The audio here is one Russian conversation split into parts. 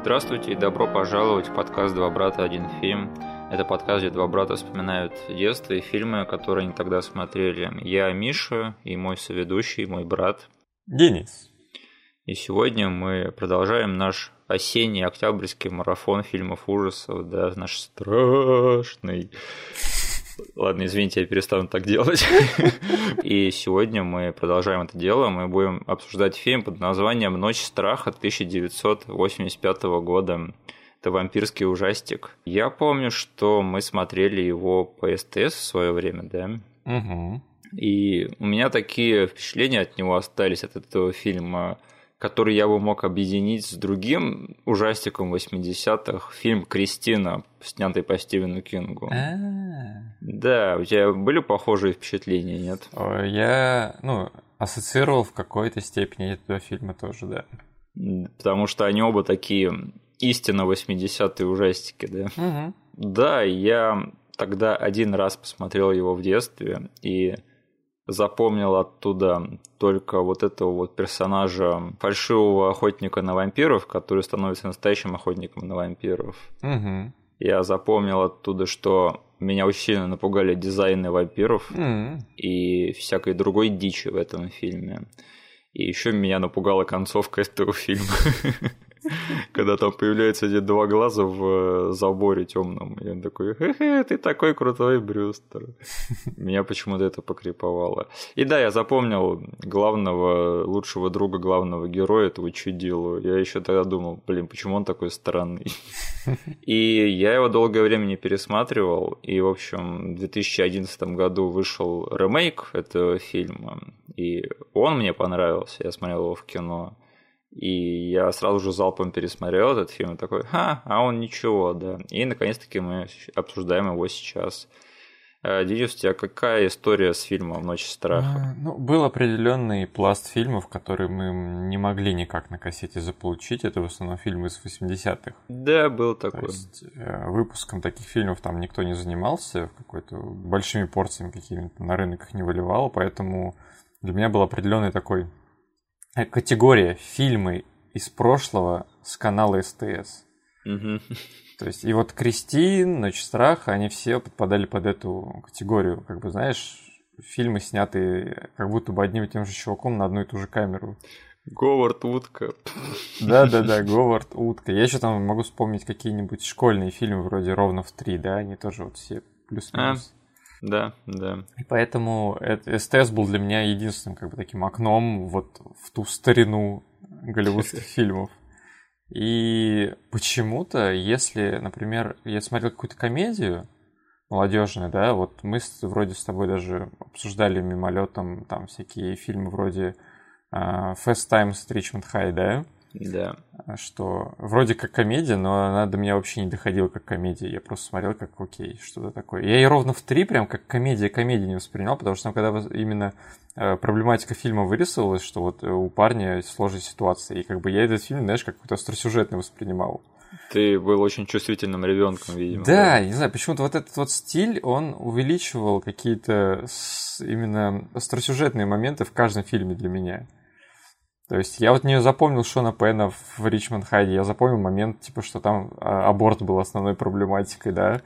Здравствуйте и добро пожаловать в подкаст «Два брата, один фильм». Это подкаст, где два брата вспоминают детство и фильмы, которые они тогда смотрели. Я Миша и мой соведущий, мой брат Денис. И сегодня мы продолжаем наш осенний октябрьский марафон фильмов ужасов, да, наш страшный. Ладно, извините, я перестану так делать. И сегодня мы продолжаем это дело. Мы будем обсуждать фильм под названием «Ночь страха» 1985 года. Это вампирский ужастик. Я помню, что мы смотрели его по СТС в свое время, да? Угу. И у меня такие впечатления от него остались, от этого фильма, который я бы мог объединить с другим ужастиком 80-х, фильм «Кристина», снятый по Стивену Кингу. Да, у тебя были похожие впечатления, нет? Я, ассоциировал в какой-то степени эти два фильма тоже, да. Потому что они оба такие истинно 80-е ужастики, да? Угу. Да, я тогда один раз посмотрел его в детстве и запомнил оттуда только вот этого вот персонажа фальшивого охотника на вампиров, который становится настоящим охотником на вампиров. Угу. Я запомнил оттуда, что меня очень сильно напугали дизайны вампиров и всякой другой дичи в этом фильме. И еще меня напугала концовка этого фильма. Когда там появляются эти два глаза в заборе темном. И он такой: хе-хе, ты такой крутой, Брюстер. Меня почему-то это покриповало. И да, я запомнил главного, лучшего друга главного героя, этого чудилу. Я еще тогда думал, почему он такой странный. И я его долгое время не пересматривал. И, в общем, в 2011 году вышел ремейк этого фильма. И он мне понравился. Я смотрел его в кино. И я сразу же залпом пересмотрел этот фильм и такой: а он ничего, да. И наконец-таки мы обсуждаем его сейчас. Денис, у тебя какая история с фильмом «Ночь страха»? Был определенный пласт фильмов, которые мы не могли никак на кассете заполучить. Это в основном фильмы из 80-х. Да, был такой. То есть выпуском таких фильмов там никто не занимался, какой-то большими порциями какими-то на рынок их не выливал, поэтому для меня был определенный такой категория фильмы из прошлого с канала СТС. Угу. То есть, и вот «Кристин», «Ночь страха», они все подпадали под эту категорию. Как бы, знаешь, фильмы, снятые как будто бы одним и тем же чуваком на одну и ту же камеру. Говард Утка. Да-да-да, Говард Утка. Я еще там могу вспомнить какие-нибудь школьные фильмы вроде «Ровно в 3», да, они тоже вот все плюс-минус. Да. И поэтому СТС был для меня единственным как бы таким окном вот в ту старину голливудских фильмов. И почему-то, если, например, я смотрел какую-то комедию молодежную, да, вот мы вроде с тобой даже обсуждали мимолетом там всякие фильмы вроде Fast Times at Richmond High, да? Да. Что вроде как комедия, но она до меня вообще не доходила как комедия. Я просто смотрел как окей, что-то такое. Я и ровно в 3 прям как комедия не воспринял, потому что там, когда именно проблематика фильма вырисовалась, что вот у парня сложная ситуация, и как бы я этот фильм, знаешь, как какой-то остросюжетный воспринимал. Ты был очень чувствительным ребенком, видимо. Да, не знаю, почему-то вот этот вот стиль, он увеличивал какие-то именно остросюжетные моменты в каждом фильме для меня. То есть я вот не запомнил Шона Пена в «Ричмонд Хайде», я запомнил момент, типа, что там аборт был основной проблематикой, да.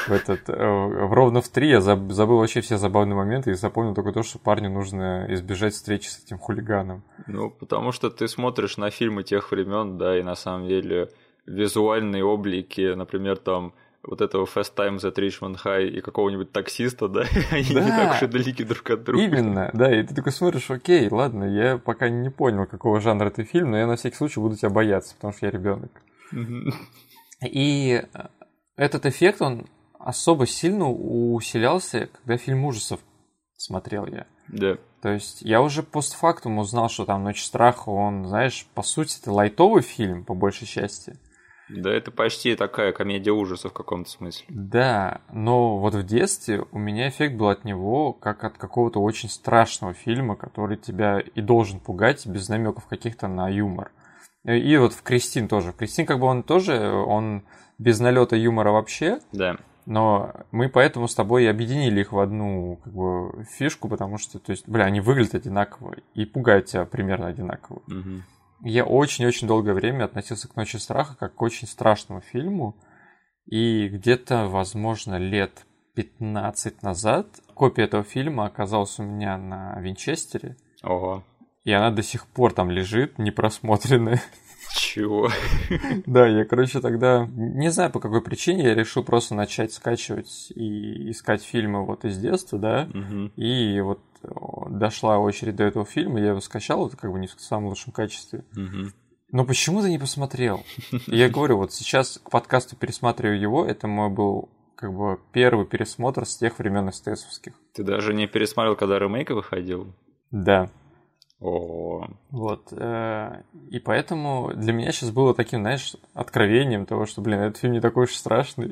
Ровно в 3 я забыл вообще все забавные моменты и запомнил только то, что парню нужно избежать встречи с этим хулиганом. Потому что ты смотришь на фильмы тех времен, да, и на самом деле визуальные облики, например, там вот этого Fast Times at Richmond High и какого-нибудь таксиста, да, они не так уж и далеки друг от друга. Именно, да, и ты такой смотришь, окей, ладно, я пока не понял, какого жанра это фильм, но я на всякий случай буду тебя бояться, потому что я ребенок. И этот эффект, он особо сильно усилялся, когда фильм ужасов смотрел я. Да. То есть я уже постфактум узнал, что там «Ночь страха», он, знаешь, по сути, это лайтовый фильм, по большей части. Да, это почти такая комедия ужасов в каком-то смысле. Да, но вот в детстве у меня эффект был от него, как от какого-то очень страшного фильма, который тебя и должен пугать без намеков каких-то на юмор. И вот в «Кристин» тоже. В «Кристин» как бы он без налета юмора вообще. Да. Но мы поэтому с тобой и объединили их в одну как бы фишку, потому что, то есть, они выглядят одинаково и пугают тебя примерно одинаково. Угу. я очень-очень долгое время относился к «Ночи страха» как к очень страшному фильму. И где-то, возможно, лет 15 назад копия этого фильма оказалась у меня на Винчестере. Ого. И она до сих пор там лежит, непросмотренная. Чего? Да, я, короче, тогда, не знаю по какой причине, я решил просто начать скачивать и искать фильмы вот из детства, да, и вот дошла очередь до этого фильма, я его скачал, это как бы не в самом лучшем качестве. Но почему ты не посмотрел? Я говорю, вот сейчас к подкасту пересматриваю его, это мой был как бы первый пересмотр с тех времен СТСовских. Ты даже не пересмотрел, когда ремейк выходил? Да. О. Вот. И поэтому для меня сейчас было таким, знаешь, откровением того, что, блин, этот фильм не такой уж страшный.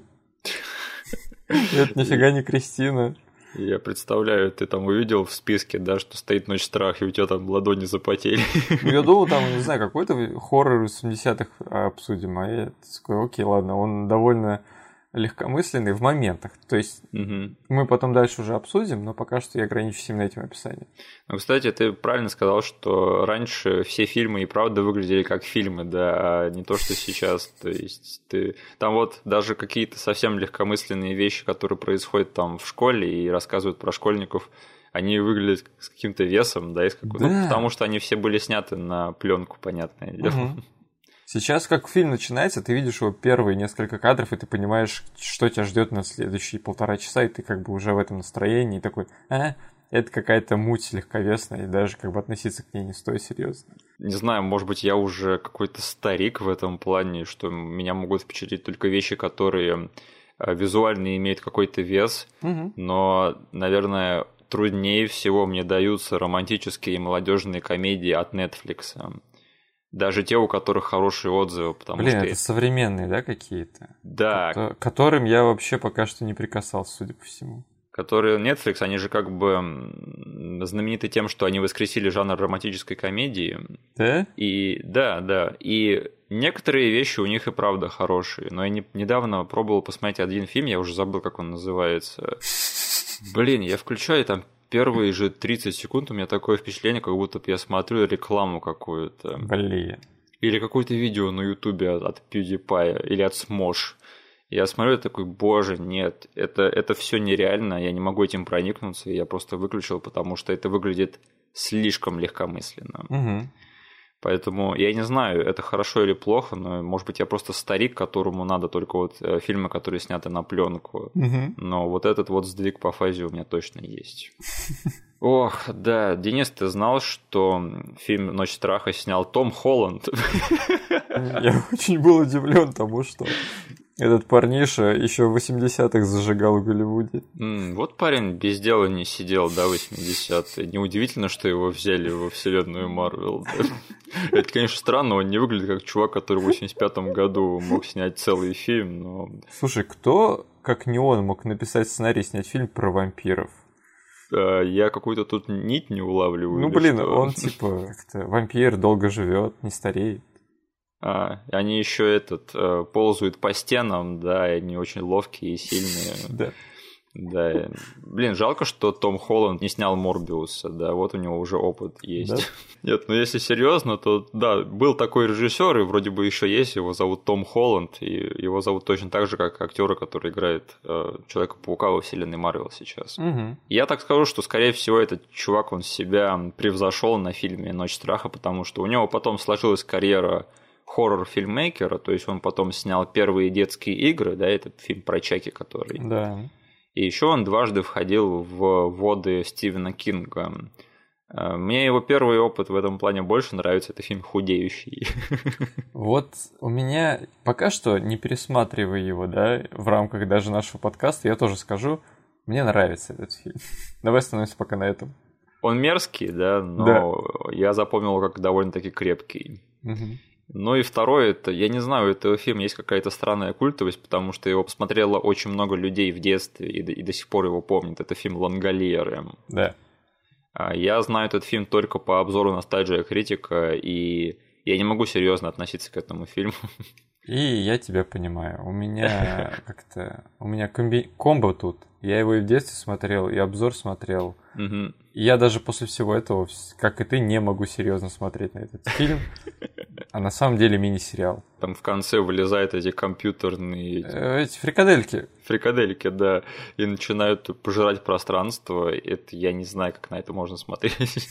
Это нифига не Кристина. Я представляю, ты там увидел в списке, да, что стоит «Ночь страха», и у тебя там ладони запотели. Ну, я думал, там, не знаю, какой-то хоррор из 70-х обсудим, а я такой, окей, ладно, он довольно легкомысленный в моментах. То есть мы потом дальше уже обсудим, но пока что я ограничусь именно этим описанием. Ну, кстати, ты правильно сказал, что раньше все фильмы и правда выглядели как фильмы, да, а не то, что сейчас. То есть там вот даже какие-то совсем легкомысленные вещи, которые происходят там в школе и рассказывают про школьников, они выглядят с каким-то весом, да, ну, потому что они все были сняты на пленку, понятное дело. Сейчас, как фильм начинается, ты видишь его первые несколько кадров, и ты понимаешь, что тебя ждет на следующие 1,5 часа, и ты как бы уже в этом настроении, и такой, это какая-то муть легковесная, и даже как бы относиться к ней не стоит серьезно. Не знаю, может быть, я уже какой-то старик в этом плане, что меня могут впечатлить только вещи, которые визуально имеют какой-то вес, но, наверное, труднее всего мне даются романтические и молодежные комедии от Netflix. Даже те, у которых хорошие отзывы, потому что... это современные, да, какие-то? Да. Которым я вообще пока что не прикасался, судя по всему. Которые Netflix, они же как бы знамениты тем, что они воскресили жанр романтической комедии. Да? И да. И некоторые вещи у них и правда хорошие. Но я недавно пробовал посмотреть один фильм, я уже забыл, как он называется. Блин, я включаю там... Первые же 30 секунд у меня такое впечатление, как будто я смотрю рекламу какую-то. Блин. Или какое-то видео на Ютубе от PewDiePie или от Smosh. Я смотрю и такой, боже, нет, это все нереально, я не могу этим проникнуться, и я просто выключил, потому что это выглядит слишком легкомысленно. Поэтому я не знаю, это хорошо или плохо, но, может быть, я просто старик, которому надо только вот фильмы, которые сняты на пленку. Но вот этот вот сдвиг по фазе у меня точно есть. Ох, да, Денис, ты знал, что фильм «Ночь страха» снял Том Холланд? Я очень был удивлен тому, что этот парниша еще в 80-х зажигал в Голливуде. Вот парень без дела не сидел, да, 80-е. Неудивительно, что его взяли во вселенную Марвел. Да? Это, конечно, странно, он не выглядит как чувак, который в 85-м году мог снять целый фильм, но... Слушай, кто, как не он, мог написать сценарий и снять фильм про вампиров? Я какую-то тут нить не улавливаю. Ну, блин, он типа как-то вампир, долго живет, не стареет. Они еще ползают по стенам, да, и они очень ловкие и сильные. Да. Да. Блин, жалко, что Том Холланд не снял Морбиуса, да, вот у него уже опыт есть. Да? Нет, ну если серьезно, то да, был такой режиссер, и вроде бы еще есть, его зовут Том Холланд, и его зовут точно так же, как актера, который играет Человека-паука во вселенной Марвел сейчас. Я так скажу, что, скорее всего, этот чувак, он себя превзошел на фильме «Ночь страха», потому что у него потом сложилась карьера хоррор-фильммейкера, то есть он потом снял первые детские игры, да, это фильм про Чаки, который... Да. И еще он дважды входил в воды Стивена Кинга. Мне его первый опыт в этом плане больше нравится, это фильм «Худеющий». Вот у меня пока что, не пересматривая его, да, в рамках даже нашего подкаста, я тоже скажу, мне нравится этот фильм. Давай остановимся пока на этом. Он мерзкий, да, но я запомнил его как довольно-таки крепкий. Ну и второе, это, я не знаю, у этого фильма есть какая-то странная культовость, потому что его посмотрело очень много людей в детстве и до сих пор его помнят. Это фильм «Лангольеры». Да. Я знаю этот фильм только по обзору Nostalgia Critic, и я не могу серьезно относиться к этому фильму. И я тебя понимаю. У меня комбо тут. Я его и в детстве смотрел, и обзор смотрел. И я даже после всего этого, как и ты, не могу серьезно смотреть на этот фильм. а на самом деле мини-сериал. Там в конце вылезают эти компьютерные... Эти фрикадельки. Фрикадельки, да, и начинают пожирать пространство. Это я не знаю, как на это можно смотреть.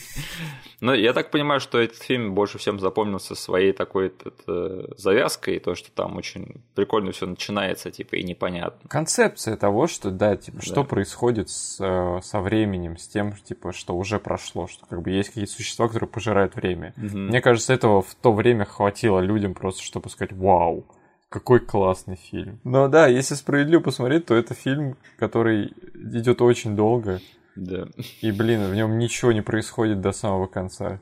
Но я так понимаю, что этот фильм больше всем запомнился своей такой завязкой, то, что там очень прикольно все начинается, типа, и непонятно. Концепция того, что, да, типа, что происходит со временем, с тем, типа, что уже прошло, что как бы есть какие-то существа, которые пожирают время. Мне кажется, этого в то время хватило людям просто, чтобы сказать: вау, какой классный фильм. Но да, если справедливо посмотреть, то это фильм, который идет очень долго. Да. И, блин, в нем ничего не происходит до самого конца.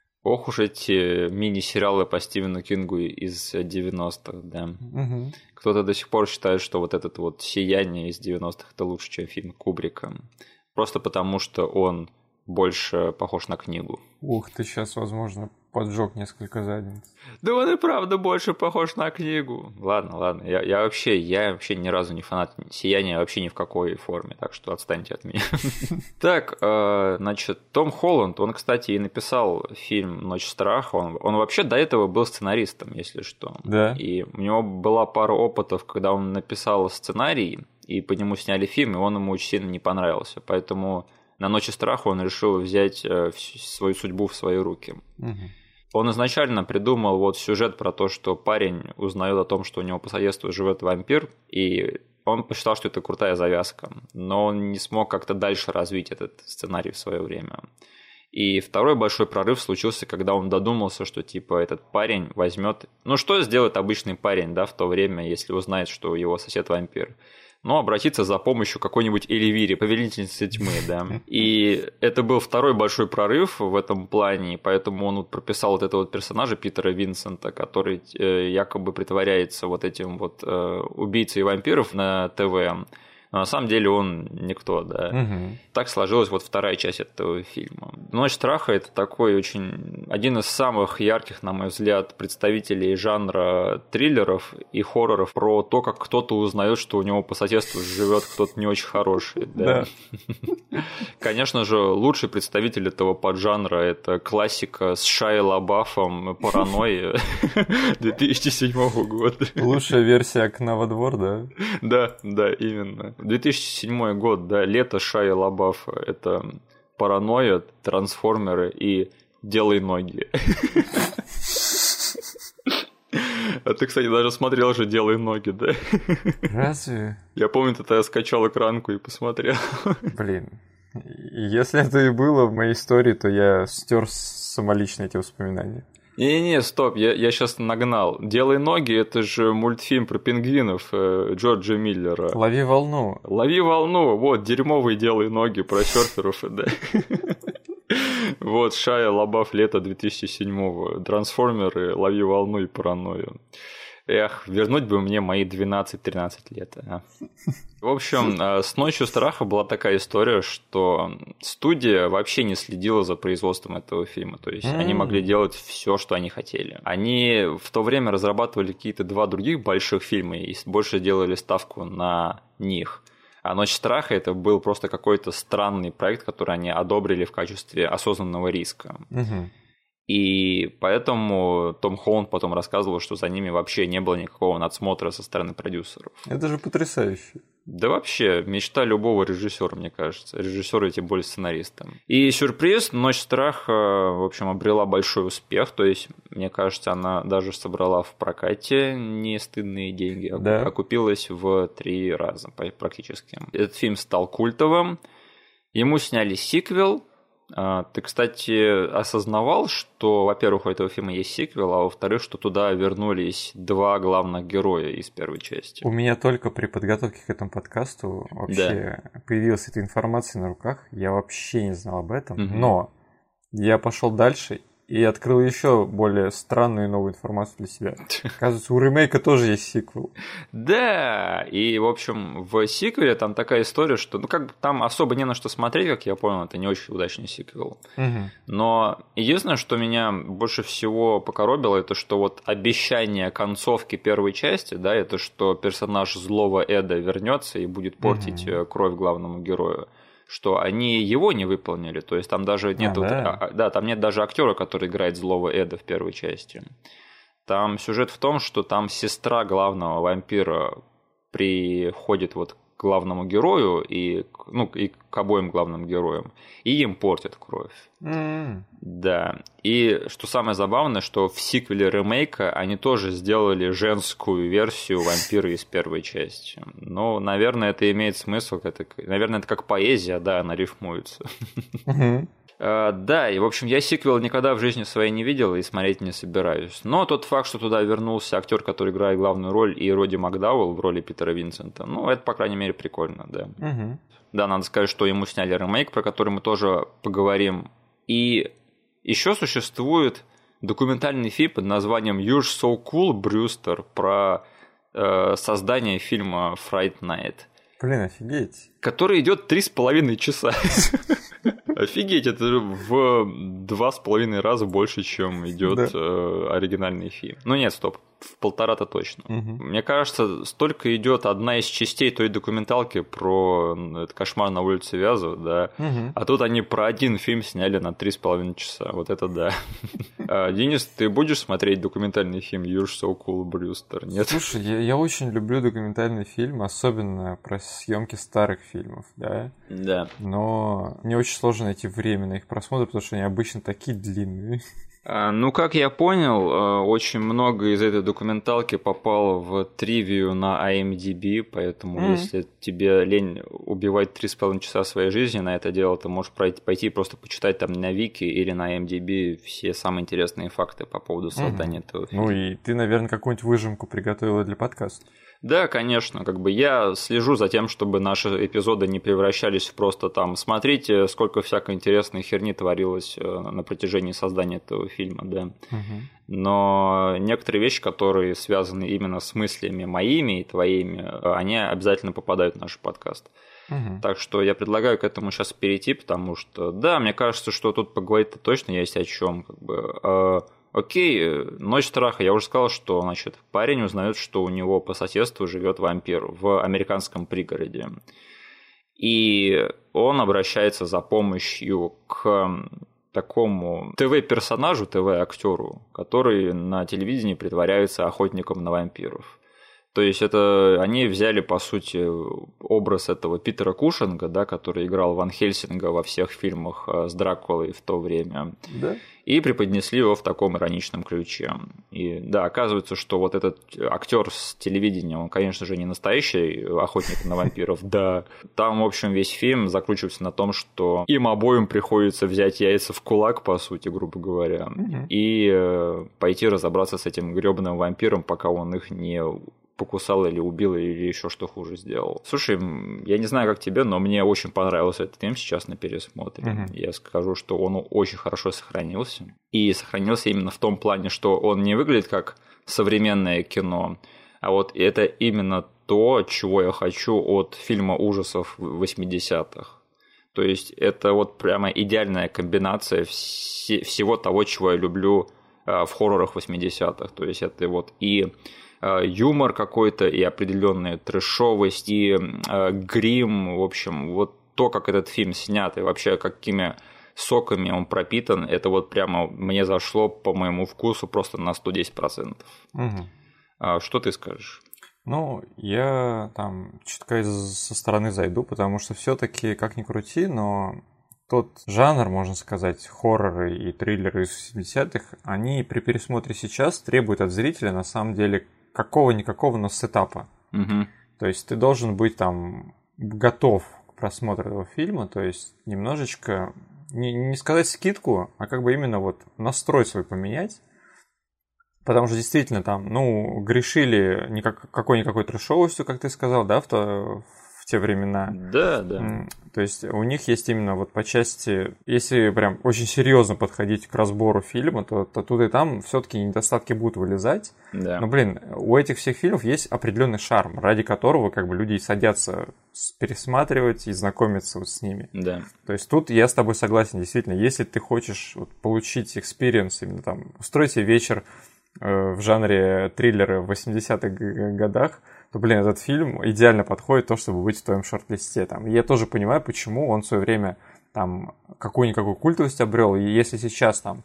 Ох уж эти мини-сериалы по Стивену Кингу из 90-х, да. Угу. Кто-то до сих пор считает, что вот этот вот «Сияние» из 90-х это лучше, чем фильм Кубрика. Просто потому, что он больше похож на книгу. Ух, ты сейчас, возможно, поджег несколько задниц. Да он и правда больше похож на книгу. Ладно. Я вообще ни разу не фанат «Сияния», вообще ни в какой форме, так что отстаньте от меня. Так, значит, Том Холланд, он, кстати, и написал фильм «Ночь страха». Он вообще до этого был сценаристом, если что. Да. И у него была пара опытов, когда он написал сценарий, и по нему сняли фильм, и он ему очень сильно не понравился. Поэтому на «Ночи страха» он решил взять свою судьбу в свои руки. Угу. Он изначально придумал вот сюжет про то, что парень узнает о том, что у него по соседству живет вампир, и он посчитал, что это крутая завязка, но он не смог как-то дальше развить этот сценарий в свое время. И второй большой прорыв случился, когда он додумался, что типа этот парень возьмет... Ну что сделает обычный парень, да, в то время, если узнает, что его сосед вампир? Ну, обратиться за помощью к какой-нибудь Эльвире, повелительнице тьмы, да. И это был второй большой прорыв в этом плане, поэтому он вот прописал вот этого вот персонажа Питера Винсента, который якобы притворяется вот этим вот убийцей вампиров на ТВ. Но на самом деле он никто, да. Угу. Так сложилась вот вторая часть этого фильма. «Ночь страха» — это такой очень... один из самых ярких, на мой взгляд, представителей жанра триллеров и хорроров про то, как кто-то узнает, что у него по соседству живет кто-то не очень хороший. Да. Конечно же, лучший представитель этого поджанра — это классика с Шайа Лабафом «Паранойя» 2007 года. Лучшая версия «Окна во двор», да? Да, именно. 2007 год, да, лето Шайи Лабафа. Это «Паранойя», «Трансформеры» и «Делай ноги». А ты, кстати, даже смотрел же «Делай ноги», да? Разве? Я помню, ты тогда скачал экранку и посмотрел. Блин, если это и было в моей истории, то я стер самолично эти воспоминания. Не, стоп, я сейчас нагнал. «Делай ноги» — это же мультфильм про пингвинов Джорджа Миллера. «Лови волну». «Лови волну», вот, дерьмовый «Делай ноги» про серферов, да. Вот, Шайа Лабаф, лето 2007-го. «Трансформеры», «Лови волну» и «Паранойю». Эх, вернуть бы мне мои 12-13 лет. А. В общем, с «Ночью страха» была такая история, что студия вообще не следила за производством этого фильма. То есть они могли делать все, что они хотели. Они в то время разрабатывали какие-то два других больших фильма и больше делали ставку на них. А «Ночь страха» — это был просто какой-то странный проект, который они одобрили в качестве осознанного риска. И поэтому Том Холланд потом рассказывал, что за ними вообще не было никакого надсмотра со стороны продюсеров. Это же потрясающе. Да вообще, мечта любого режиссера, мне кажется. Режиссера и тем более сценариста. И сюрприз, «Ночь страха», в общем, обрела большой успех. То есть, мне кажется, она даже собрала в прокате не стыдные деньги, а окупилась в 3 раза практически. Этот фильм стал культовым. Ему сняли сиквел. Ты, кстати, осознавал, что, во-первых, у этого фильма есть сиквел, а во-вторых, что туда вернулись 2 главных героя из первой части? У меня только при подготовке к этому подкасту вообще появилась эта информация на руках. Я вообще не знал об этом, но я пошел дальше и открыл еще более странную и новую информацию для себя. Оказывается, у ремейка тоже есть сиквел. Да, и, в общем, в сиквеле там такая история, что, ну, как бы там особо не на что смотреть, как я понял, это не очень удачный сиквел. Но единственное, что меня больше всего покоробило, это что вот обещание концовки первой части, да, это что персонаж злого Эда вернется и будет портить кровь главному герою, что они его не выполнили, то есть там даже нет, там нет даже актера, который играет злого Эда в первой части. Там сюжет в том, что там сестра главного вампира приходит вот к главному герою и к обоим главным героям, и им портят кровь. Да. И что самое забавное, что в сиквеле ремейка они тоже сделали женскую версию вампира из первой части. Но, наверное, это имеет смысл. Наверное, это как поэзия, да, она рифмуется. Да, и, в общем, я сиквел никогда в жизни своей не видел и смотреть не собираюсь. Но тот факт, что туда вернулся актер, который играет главную роль, и Роди Макдауэлл в роли Питера Винсента, это, по крайней мере, прикольно, да. Да, надо сказать, что ему сняли ремейк, про который мы тоже поговорим. И еще существует документальный фильм под названием «You're so cool, Брюстер» про создание фильма «Fright Night». Блин, офигеть. Который идет 3,5 часа. Офигеть, это в 2,5 раза больше, чем идет оригинальный фильм. Ну нет, стоп, в 1,5-то точно. Мне кажется, столько идет одна из частей той документалки про этот кошмар на улице Вязов, да. А тут они про один фильм сняли на 3,5 часа. Вот это да. Денис, ты будешь смотреть документальный фильм «You're so cool, Брюстер»? Нет? Слушай, я очень люблю документальные фильмы, особенно про съемки старых фильмов, да? Да. Но мне очень сложно найти время на их просмотр, потому что они обычно такие длинные. Как я понял, очень много из этой документалки попало в тривию на IMDb, поэтому если тебе лень убивать 3,5 часа своей жизни на это дело, ты можешь пойти просто почитать там на Вики или на IMDb все самые интересные факты по поводу создания этого фильма. Ну и ты, наверное, какую-нибудь выжимку приготовила для подкаста. Да, конечно, я слежу за тем, чтобы наши эпизоды не превращались в просто там смотрите, сколько всякой интересной херни творилось на протяжении создания этого фильма, да. Но некоторые вещи, которые связаны именно с мыслями моими и твоими, они обязательно попадают в наш подкаст. Так что я предлагаю к этому сейчас перейти, потому что, да, мне кажется, что тут поговорить-то точно есть о чем. Окей, «Ночь страха». Я уже сказал, что, значит, парень узнает, что у него по соседству живет вампир в американском пригороде. И он обращается за помощью к такому ТВ-персонажу, ТВ-актеру, который на телевидении притворяется охотником на вампиров. То есть это они взяли, по сути, образ этого Питера Кушинга, да, который играл Ван Хельсинга во всех фильмах с Дракулой в то время, да? И преподнесли его в таком ироничном ключе. И да, оказывается, что вот этот актер с телевидения, он, конечно же, не настоящий охотник на вампиров, да. Там, в общем, весь фильм закручивается на том, что им обоим приходится взять яйца в кулак, по сути, грубо говоря, и пойти разобраться с этим грёбаным вампиром, пока он их не покусал или убил, или еще что хуже сделал. Слушай, я не знаю, как тебе, но мне очень понравился этот фильм сейчас на пересмотре. Я скажу, что он очень хорошо сохранился. И сохранился именно в том плане, что он не выглядит как современное кино, а вот это именно то, чего я хочу от фильма ужасов 80-х. То есть это вот прямо идеальная комбинация всего того, чего я люблю в хоррорах 80-х. То есть это вот и юмор какой-то, и определенная трэшовость, и грим, в общем, вот то, как этот фильм снят, и вообще какими соками он пропитан, это вот прямо мне зашло по моему вкусу просто на 110%. Что ты скажешь? Ну, я там чутка со стороны зайду, потому что все-таки, как ни крути, но тот жанр, можно сказать, хорроры и триллеры из 70-х, они при пересмотре сейчас требуют от зрителя, на самом деле, какого-никакого, но сетапа. То есть ты должен быть там готов к просмотру этого фильма, то есть немножечко, не сказать скидку, а как бы именно вот настрой свой поменять. Потому что действительно там, грешили какой-никакой трэшовостью, как ты сказал, да, в те времена. Да, да. То есть у них есть именно вот по части, если прям очень серьезно подходить к разбору фильма, то тут и там все-таки недостатки будут вылезать. Да. Но, у этих всех фильмов есть определенный шарм, ради которого как бы люди садятся пересматривать и знакомиться вот с ними. Да. То есть тут я с тобой согласен, действительно, если ты хочешь вот получить экспириенс, именно там, устроить себе вечер в жанре триллера в 80-х годах, то, этот фильм идеально подходит то, чтобы быть в твоем шорт-листе. Там. И я тоже понимаю, почему он в свое время там какую-никакую культовость обрел. И если сейчас там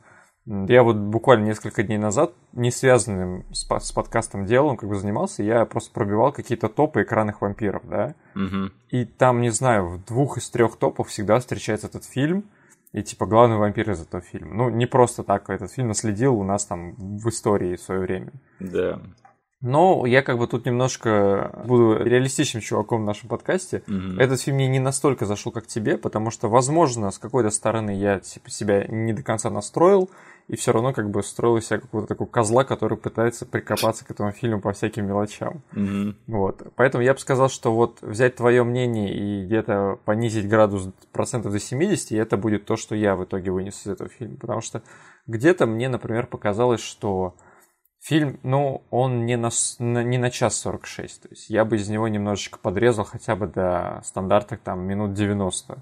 Я вот буквально несколько дней назад, не связанным с подкастом делом, как бы занимался, я просто пробивал какие-то топы экранных вампиров, да? И там, не знаю, в 2 из 3 топов всегда встречается этот фильм, и типа главный вампир из этого фильма. Ну, не просто так этот фильм наследил у нас там в истории в свое время. Да. Но я как бы тут немножко буду реалистичным чуваком в нашем подкасте. Этот фильм мне не настолько зашел, как тебе, потому что, возможно, с какой-то стороны я типа, себя не до конца настроил, и все равно как бы строил из себя какого-то такого козла, который пытается прикопаться к этому фильму по всяким мелочам. Вот. Поэтому я бы сказал, что вот взять твое мнение и где-то понизить градус процентов до 70, и это будет то, что я в итоге вынесу из этого фильма. Потому что где-то мне, например, показалось, что фильм, ну, он не на час 46. То есть я бы из него немножечко подрезал хотя бы до стандартных там минут 90.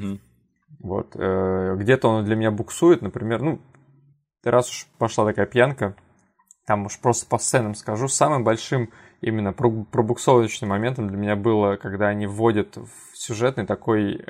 Вот. Где-то он для меня буксует, например, ну, раз уж пошла такая пьянка, там уж просто по сценам скажу, самым большим именно пробуксовочным моментом для меня было, когда они вводят в сюжетный такую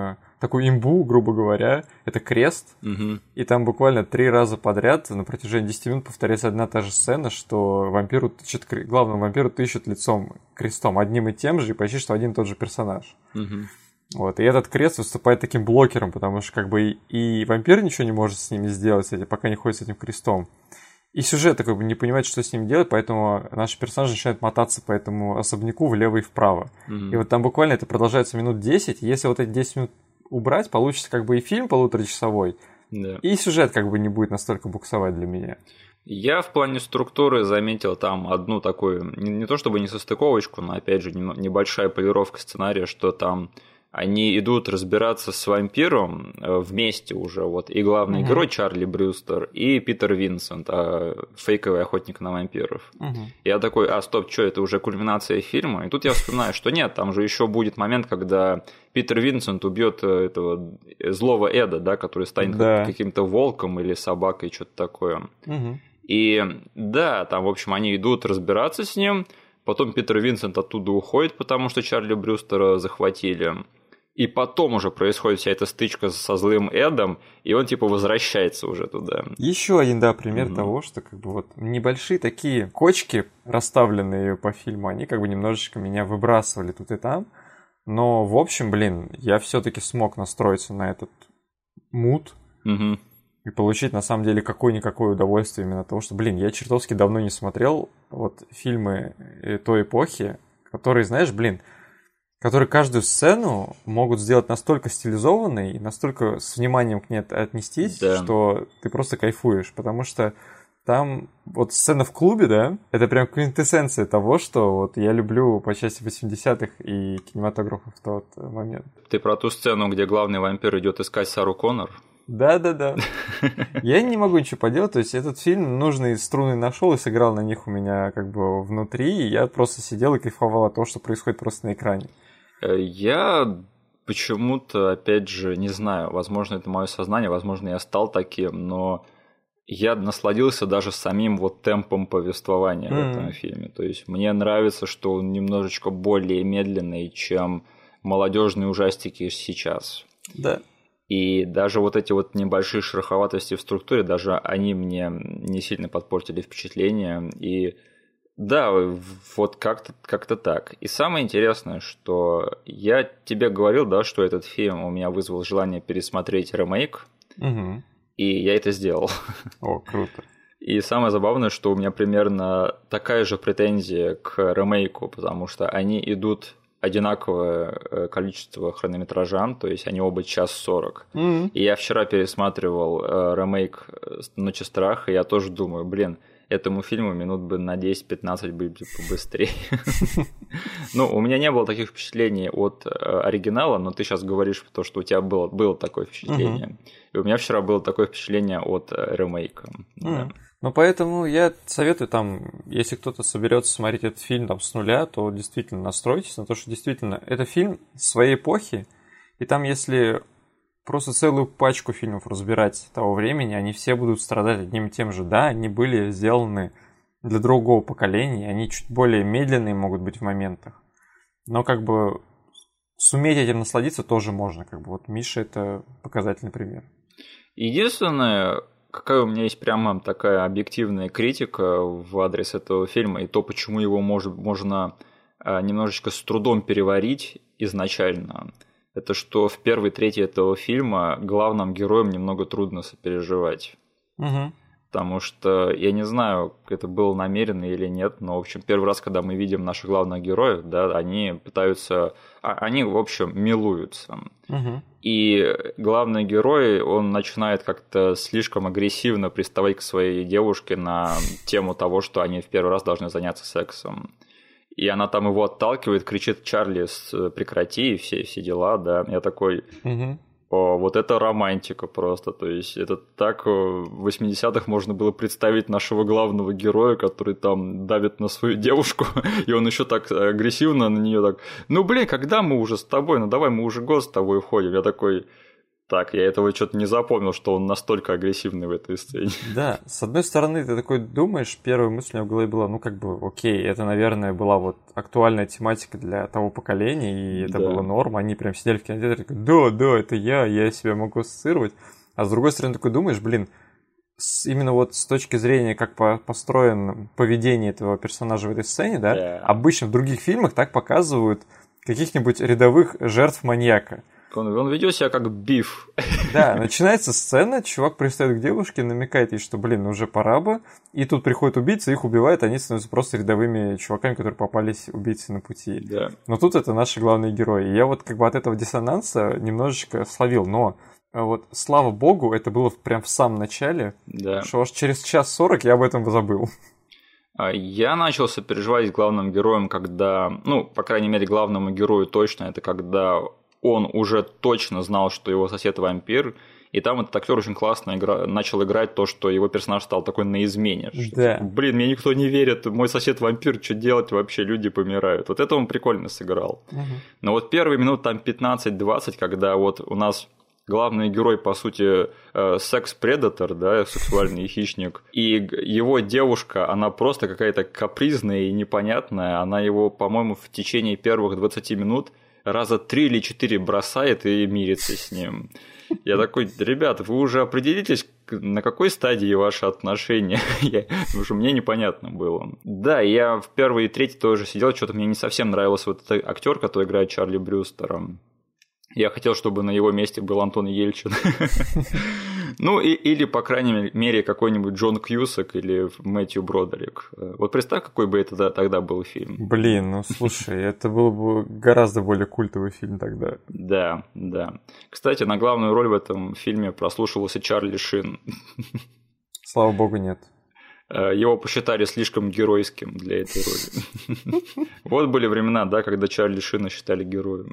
имбу, грубо говоря, это крест, и там буквально 3 раза подряд на протяжении 10 минут повторяется одна та же сцена, что главному вампиру тычут лицом крестом одним и тем же, и почти что один и тот же персонаж. Вот, и этот крест выступает таким блокером, потому что как бы и вампир ничего не может с ними сделать, пока не ходит с этим крестом. И сюжет как бы не понимает, что с ним делать, поэтому наши персонажи начинают мотаться по этому особняку влево и вправо. И вот там буквально это продолжается минут 10, и если вот эти 10 минут убрать, получится как бы и фильм полуторачасовой, и сюжет как бы не будет настолько буксовать для меня. Я в плане структуры заметил там одну такую, не то чтобы не состыковочку, но опять же небольшая полировка сценария, что там они идут разбираться с вампиром вместе уже, вот, и главный герой Чарли Брюстер, и Питер Винсент, фейковый охотник на вампиров. Я такой, стоп, что, это уже кульминация фильма? И тут я вспоминаю, что нет, там же еще будет момент, когда Питер Винсент убьет этого злого Эда, да, который станет каким-то волком или собакой, что-то такое. И да, там, в общем, они идут разбираться с ним, потом Питер Винсент оттуда уходит, потому что Чарли Брюстера захватили. И потом уже происходит вся эта стычка со злым Эдом, и он типа возвращается уже туда. Еще один, пример того, что как бы вот небольшие такие кочки, расставленные по фильму, они как бы немножечко меня выбрасывали тут и там. Но, в общем, я все-таки смог настроиться на этот мут и получить, на самом деле, какое-никакое удовольствие именно от того, что, я чертовски давно не смотрел вот фильмы той эпохи, которые, знаешь, которые каждую сцену могут сделать настолько стилизованной и настолько с вниманием к ней отнестись, что ты просто кайфуешь, потому что там вот сцена в клубе, да, это прям квинтэссенция того, что вот я люблю по части 80-х и кинематографа в тот момент. Ты про ту сцену, где главный вампир идет искать Сару Коннор? Да. Я не могу ничего поделать, то есть этот фильм нужные струны нашел и сыграл на них у меня как бы внутри, и я просто сидел и кайфовал от того, что происходит просто на экране. Я почему-то, опять же, не знаю, возможно, это мое сознание, возможно, я стал таким, но я насладился даже самим вот темпом повествования в этом фильме. То есть мне нравится, что он немножечко более медленный, чем молодежные ужастики сейчас. Да. И даже вот эти вот небольшие шероховатости в структуре, даже они мне не сильно подпортили впечатление. И да, вот как-то так. И самое интересное, что я тебе говорил, да, что этот фильм у меня вызвал желание пересмотреть ремейк, и я это сделал. О, круто. И самое забавное, что у меня примерно такая же претензия к ремейку, потому что они идут одинаковое количество хронометража, то есть они оба 1:40. И я вчера пересматривал ремейк «Ночи страха», и я тоже думаю, этому фильму минут бы на 10-15 бы побыстрее. Ну, у меня не было таких впечатлений от оригинала, но ты сейчас говоришь то, что у тебя было такое впечатление. И у меня вчера было такое впечатление от ремейка. Ну, поэтому я советую если кто-то соберется смотреть этот фильм с нуля, то действительно настройтесь на то, что действительно это фильм своей эпохи, и там, если просто целую пачку фильмов разбирать того времени, они все будут страдать одним и тем же. Да, они были сделаны для другого поколения, они чуть более медленные могут быть в моментах, но как бы суметь этим насладиться тоже можно. Как бы вот Миша — это показательный пример. Единственное, какая у меня есть прямо такая объективная критика в адрес этого фильма и то, почему его можно немножечко с трудом переварить изначально, это что в первой трети этого фильма главным героям немного трудно сопереживать. Угу. Потому что я не знаю, это было намеренно или нет, но, в общем, первый раз, когда мы видим наших главных героев, да, они пытаются... Они, в общем, милуются. Угу. И главный герой, он начинает как-то слишком агрессивно приставать к своей девушке на тему того, что они в первый раз должны заняться сексом. И она там его отталкивает, кричит: «Чарли, прекрати», и все дела, да. Я такой... Угу. О, вот это романтика просто, то есть это так в 80-х можно было представить нашего главного героя, который там давит на свою девушку, и он еще так агрессивно на нее так: ну блин, когда мы уже с тобой, ну давай мы уже год с тобой уходим. Я такой: так, я этого что-то не запомнил, что он настолько агрессивный в этой сцене. Да, с одной стороны, ты такой думаешь, первая мысль у меня в голове была, ну как бы, окей, это, наверное, была вот актуальная тематика для того поколения, и это было норм, они прям сидели в кинотеатре, такой: да, это я себя могу ассоциировать. А с другой стороны, такой думаешь, блин, именно вот с точки зрения, как построено поведение этого персонажа в этой сцене, да, обычно в других фильмах так показывают каких-нибудь рядовых жертв маньяка. Он ведет себя как Биф. Да, начинается сцена, чувак пристает к девушке, намекает ей, что, блин, уже пора бы, и тут приходит убийца, их убивает, они становятся просто рядовыми чуваками, которые попались убийце на пути. Да. Но тут это наши главные герои. И я вот как бы от этого диссонанса немножечко словил, но вот, слава богу, это было прям в самом начале, что аж через 1:40 я об этом забыл. Я начал сопереживать с главным героем, когда, ну, по крайней мере, главному герою точно, это когда он уже точно знал, что его сосед вампир, и там этот актер очень классно начал играть то, что его персонаж стал такой на измене. Да. Что, блин, мне никто не верит, мой сосед вампир, что делать вообще, люди помирают. Вот это он прикольно сыграл. Угу. Но вот первые минут там 15-20, когда вот у нас главный герой, по сути, секс-предатор, да, сексуальный хищник, и его девушка, она просто какая-то капризная и непонятная, она его, по-моему, в течение первых 20 минут раза 3 или 4 бросает и мирится с ним. Я такой: ребят, вы уже определитесь, на какой стадии ваши отношения? Потому что мне непонятно было. Да, я в первой и третьей тоже сидел, что-то мне не совсем нравился вот этот актер, который играет Чарли Брюстера. Я хотел, чтобы на его месте был Антон Ельчин. Ну, или, по крайней мере, какой-нибудь Джон Кьюсак или Мэтью Бродерик. Вот представь, какой бы это тогда был фильм. Блин, ну слушай, это был бы гораздо более культовый фильм тогда. Да. Кстати, на главную роль в этом фильме прослушивался Чарли Шин. Слава богу, нет. Его посчитали слишком геройским для этой роли. Вот были времена, да, когда Чарли Шина считали героем.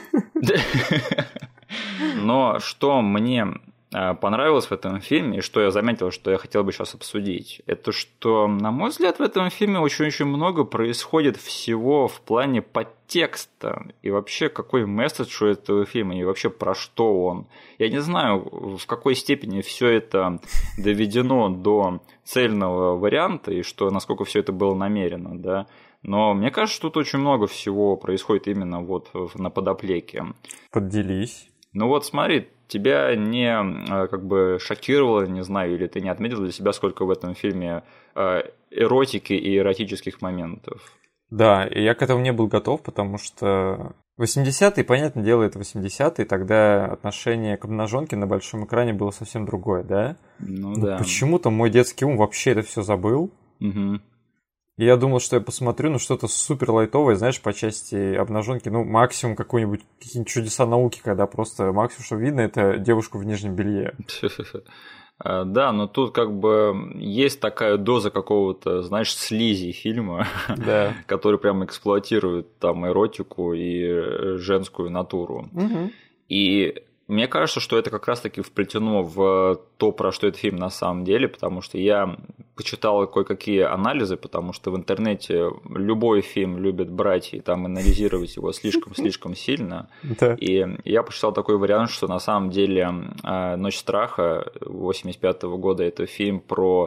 Но что мне понравилось в этом фильме, и что я заметил, что я хотел бы сейчас обсудить, это что, на мой взгляд, в этом фильме очень-очень много происходит всего в плане подтекста, и вообще какой месседж у этого фильма, и вообще про что он. Я не знаю, в какой степени все это доведено до цельного варианта, и что, насколько все это было намеренно, да. Но мне кажется, что тут очень много всего происходит именно вот на подоплеке. Поделись. Ну вот смотри, тебя не как бы шокировало, не знаю, или ты не отметил для себя, сколько в этом фильме эротики и эротических моментов? Да, и я к этому не был готов, потому что 80-е, понятное дело, это 80-е, тогда отношение к обнаженке на большом экране было совсем другое, да? Ну да. Почему-то мой детский ум вообще это все забыл. Угу. И я думал, что я посмотрю, ну, что-то супер лайтовое, знаешь, по части обнаженки, ну, максимум какие-нибудь чудеса науки, когда просто максимум, что видно, это девушку в нижнем белье. Да, но тут как бы есть такая доза какого-то, знаешь, слизи фильма, да. который прям эксплуатирует там эротику и женскую натуру. Угу. И мне кажется, что это как раз-таки вплетено в то, про что этот фильм на самом деле, потому что я почитал кое-какие анализы, потому что в интернете любой фильм любят брать и там анализировать его слишком-слишком сильно. Да. И я почитал такой вариант, что на самом деле «Ночь страха» 1985 года – это фильм про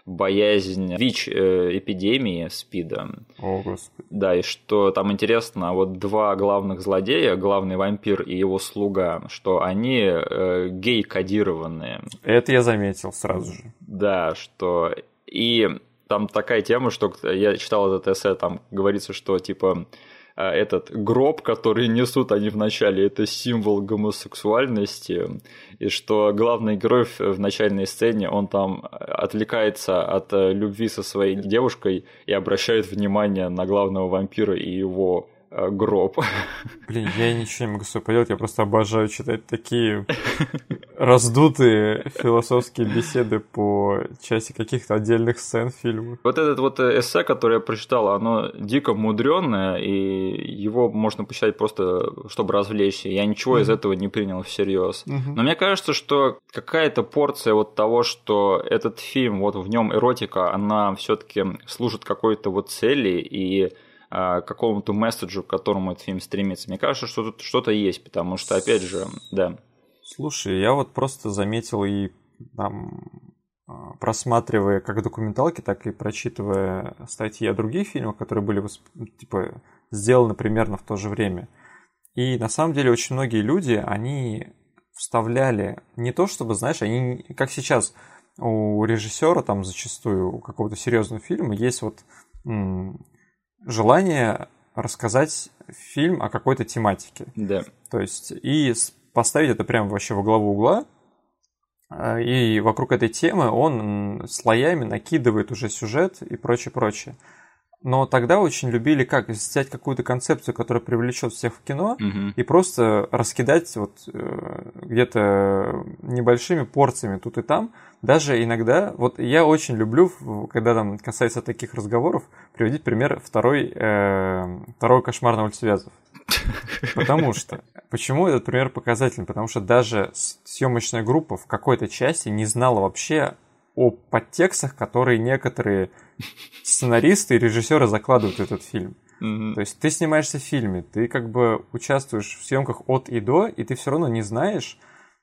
боязнь ВИЧ-эпидемии СПИДа. О, Господи. Да, и что там интересно, вот два главных злодея, главный вампир и его слуга, что они гей-кодированные. Это я заметил сразу же. Да, что... И там такая тема, что я читал этот эссе, там говорится, что типа этот гроб, который несут они вначале, это символ гомосексуальности, и что главный герой в начальной сцене, он там отвлекается от любви со своей девушкой и обращает внимание на главного вампира и его гроб. Блин, я ничего не могу с собой поделать, я просто обожаю читать такие раздутые философские беседы по части каких-то отдельных сцен фильма. Вот этот вот эссе, которое я прочитал, оно дико мудрёное, и его можно почитать просто, чтобы развлечься. Я ничего из этого не принял всерьез. Но мне кажется, что какая-то порция вот того, что этот фильм, вот в нем эротика, она все-таки служит какой-то вот цели и какому-то месседжу, к которому этот фильм стремится. Мне кажется, что тут что-то есть, потому что, опять же, да. Слушай, я вот просто заметил и там, просматривая как документалки, так и прочитывая статьи о других фильмах, которые были типа сделаны примерно в то же время. И на самом деле очень многие люди, они вставляли не то, чтобы, знаешь, они, как сейчас у режиссера там зачастую у какого-то серьезного фильма есть вот желание рассказать фильм о какой-то тематике. Да. То есть и поставить это прямо вообще во главу угла, и вокруг этой темы он слоями накидывает уже сюжет и прочее. Но тогда очень любили как взять какую-то концепцию, которая привлечет всех в кино, и просто раскидать вот где-то небольшими порциями тут и там. Даже иногда, вот я очень люблю, когда там касается таких разговоров, приводить пример второй «Кошмар на улице Вязов». Потому что... Почему этот пример показательный? Потому что даже съемочная группа в какой-то части не знала вообще о подтекстах, которые некоторые сценаристы и режиссеры закладывают в этот фильм. То есть ты снимаешься в фильме, ты как бы участвуешь в съемках от и до, и ты все равно не знаешь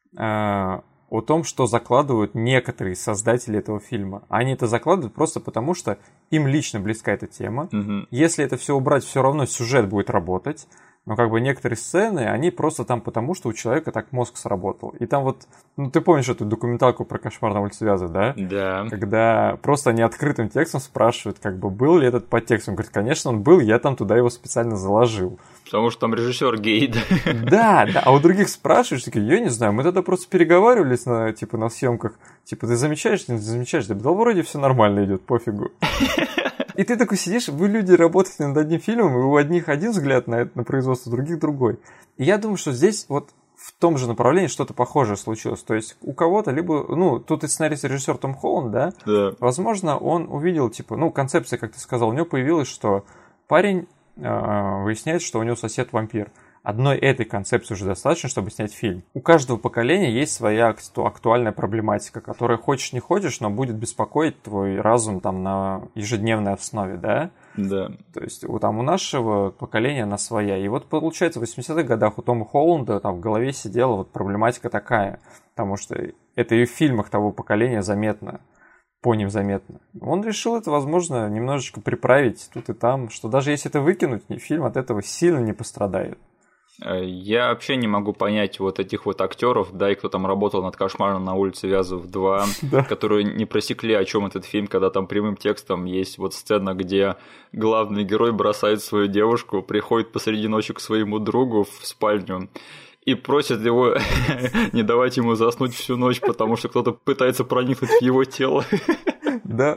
о том, что закладывают некоторые создатели этого фильма. Они это закладывают просто потому, что им лично близка эта тема. Если это все убрать, все равно сюжет будет работать. Но как бы некоторые сцены, они просто там потому, что у человека так мозг сработал. И там вот, ну ты помнишь эту документалку про «Кошмар на улице Вязов», да? Да. Когда просто они открытым текстом спрашивают, как бы, был ли этот подтекст. Он говорит, конечно, он был, я там туда его специально заложил. Потому что там режиссер гей, да? Да, а у других спрашиваешь, такие, я не знаю, мы тогда просто переговаривались на съемках, типа, ты замечаешь, не замечаешь? Да вроде все нормально идет, пофигу. И ты такой сидишь, вы люди работаете над одним фильмом, и у одних один взгляд на производство, у других другой. И я думаю, что здесь вот в том же направлении что-то похожее случилось. То есть у кого-то либо, ну, тут и сценарист и режиссер Том Холланд, да? Да. Возможно, он увидел, типа, ну, концепция, как ты сказал, у него появилась, что парень выясняет, что у него сосед вампир. Одной этой концепции уже достаточно, чтобы снять фильм. У каждого поколения есть своя актуальная проблематика, которая хочешь не хочешь, но будет беспокоить твой разум там на ежедневной основе, да? Да. То есть там у нашего поколения она своя. И вот получается в 80-х годах у Тома Холланда там в голове сидела вот проблематика такая, потому что это и в фильмах того поколения заметно. По ним заметно. Он решил это, возможно, немножечко приправить тут и там, что даже если это выкинуть, фильм от этого сильно не пострадает. Я вообще не могу понять вот этих вот актеров, да, и кто там работал над «Кошмаром на улице Вязов 2», да, которые не просекли, о чем этот фильм, когда там прямым текстом есть вот сцена, где главный герой бросает свою девушку, приходит посреди ночи к своему другу в спальню и просит его не давать ему заснуть всю ночь, потому что кто-то пытается проникнуть в его тело. Да.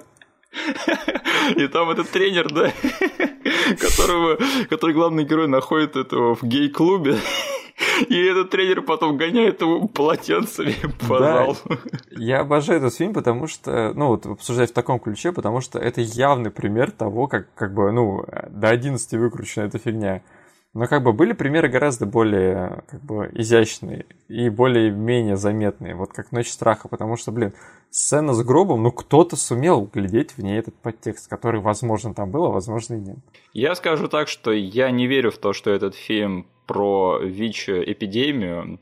И там этот тренер, да, который главный герой находит этого в гей-клубе, и этот тренер потом гоняет его полотенцами по залу. Я обожаю этот фильм, потому что, ну вот обсуждать в таком ключе, потому что это явный пример того, как бы, ну, до 11 выкручена эта фигня. Но как бы были примеры гораздо более как бы изящные и более-менее заметные, вот как «Ночь страха», потому что, блин, сцена с гробом, ну кто-то сумел углядеть в ней этот подтекст, который, возможно, там был, а возможно и нет. Я скажу так, что я не верю в то, что этот фильм про ВИЧ-эпидемию,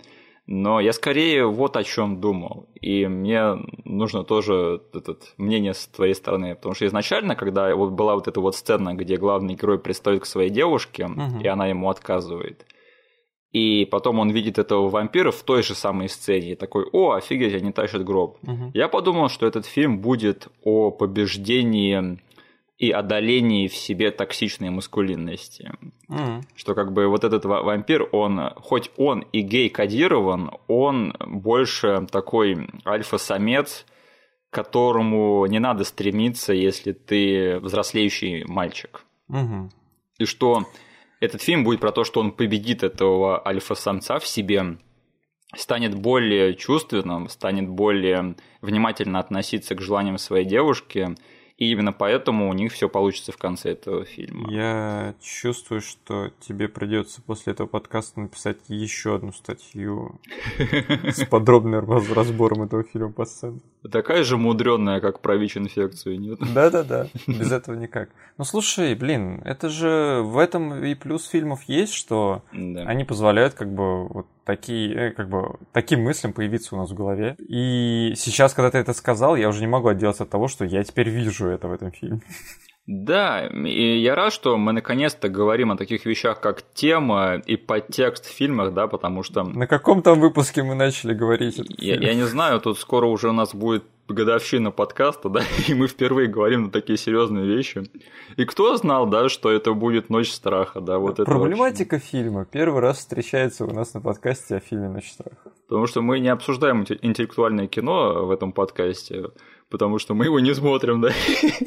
Но я скорее вот о чем думал. И мне нужно тоже мнение с твоей стороны. Потому что изначально, когда вот была вот эта вот сцена, где главный герой пристает к своей девушке, и она ему отказывает. И потом он видит этого вампира в той же самой сцене. И такой: о, офигеть, они тащат гроб. Я подумал, что этот фильм будет о побеждении и одолении в себе токсичной маскулинности. Что как бы вот этот вампир, он, хоть он и гей-кодирован, он больше такой альфа-самец, к которому не надо стремиться, если ты взрослеющий мальчик. И что этот фильм будет про то, что он победит этого альфа-самца в себе, станет более чувственным, станет более внимательно относиться к желаниям своей девушки, и именно поэтому у них все получится в конце этого фильма. Я чувствую, что тебе придется после этого подкаста написать еще одну статью с подробным разбором этого фильма по сцене. Такая же мудрёная, как про ВИЧ-инфекцию, нет? Да-да-да, без этого никак. Ну слушай, блин, это же в этом и плюс фильмов есть, что они позволяют как бы вот таким мыслям появиться у нас в голове. И сейчас, когда ты это сказал, я уже не могу отделаться от того, что я теперь вижу это в этом фильме. Да, и я рад, что мы наконец-то говорим о таких вещах, как тема и подтекст в фильмах, да, потому что... На каком там выпуске мы начали говорить? Я не знаю, тут скоро уже у нас будет годовщина подкаста, да, и мы впервые говорим на такие серьезные вещи. И кто знал, да, что это будет «Ночь страха», да, вот это проблематика фильма первый раз встречается у нас на подкасте о фильме «Ночь страха». Потому что мы не обсуждаем интеллектуальное кино в этом подкасте, потому что мы его не смотрим, да.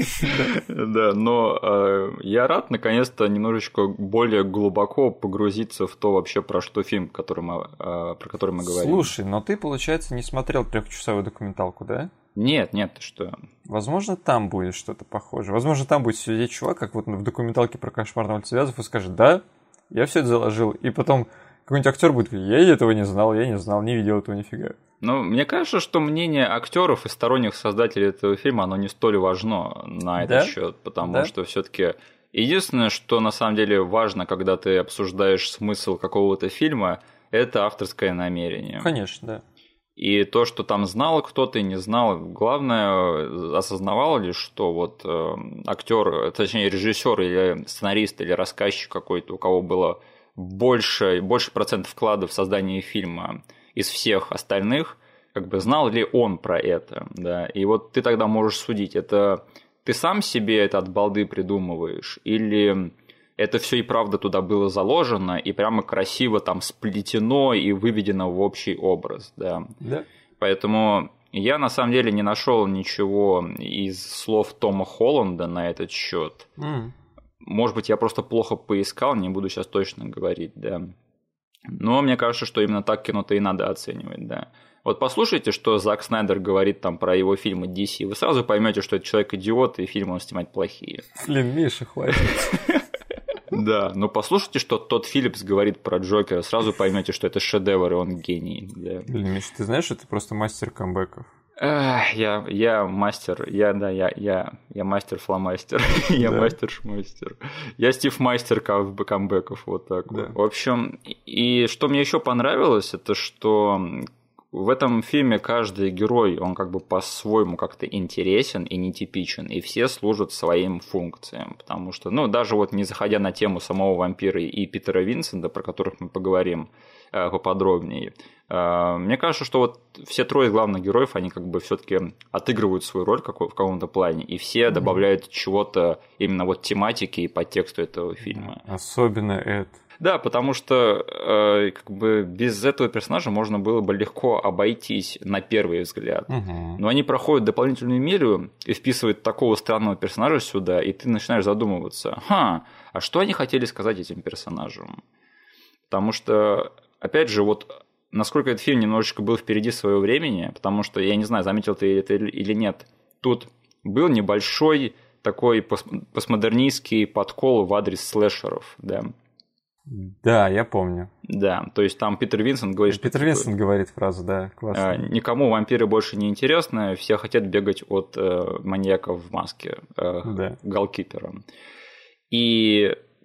Да, но я рад наконец-то немножечко более глубоко погрузиться в то вообще, про что фильм, про который мы говорим. Слушай, но ты, получается, не смотрел трехчасовую документалку, да? Нет, ты что? Возможно, там будет что-то похожее. Возможно, там будет сидеть чувак, как вот в документалке про кошмар на улице Вязов, и скажет: да, я все это заложил. И потом какой-нибудь актер будет говорить: я этого не знал, не видел этого нифига. Ну, мне кажется, что мнение актеров и сторонних создателей этого фильма, оно не столь важно на этот счет, потому что все-таки единственное, что на самом деле важно, когда ты обсуждаешь смысл какого-то фильма, это авторское намерение. Конечно, да. И то, что там знал кто-то и не знал, главное, осознавал ли, что вот актер, точнее режиссер или сценарист или рассказчик какой-то, у кого было больше процентов вклада в создание фильма из всех остальных, как бы знал ли он про это, да, и вот ты тогда можешь судить, это ты сам себе это от балды придумываешь, или это все и правда туда было заложено и прямо красиво там сплетено и выведено в общий образ, да. Поэтому я на самом деле не нашел ничего из слов Тома Холланда на этот счет. Может быть, я просто плохо поискал, не буду сейчас точно говорить, да. Но мне кажется, что именно так кино-то и надо оценивать, да. Вот послушайте, что Зак Снайдер говорит там про его фильмы DC, вы сразу поймете, что этот человек идиот, и фильмы он снимать плохие. Блин, Миша, хватит. Да, но послушайте, что Тодд Филлипс говорит про Джокера, сразу поймете, что это шедевр, и он гений. Да. Блин, Миша, ты знаешь, это просто мастер камбэков. Я мастер, я мастер-фломастер, я мастер-шмастер. Я Стив Мастер камбэков, вот так вот. В общем, и что мне еще понравилось, это что в этом фильме каждый герой, он как бы по-своему как-то интересен и нетипичен, и все служат своим функциям, потому что, ну, даже вот не заходя на тему самого вампира и Питера Винсента, про которых мы поговорим поподробнее, мне кажется, что вот все трое главных героев, они как бы все-таки отыгрывают свою роль в каком-то плане, и все добавляют чего-то именно вот тематики и подтексту этого фильма. Особенно Эд. Да, потому что как бы без этого персонажа можно было бы легко обойтись на первый взгляд. Но они проходят дополнительную милю и вписывают такого странного персонажа сюда, и ты начинаешь задумываться: а что они хотели сказать этим персонажам? Потому что, опять же, вот насколько этот фильм немножечко был впереди своего времени, потому что, я не знаю, заметил ты это или нет, тут был небольшой такой постмодернистский подкол в адрес слэшеров, да. Да, я помню. Да, то есть там Питер Винсент говорит... Питер Винсент говорит фразу, да, классно. Никому вампиры больше не интересны, все хотят бегать от маньяка в маске, Галкипера. И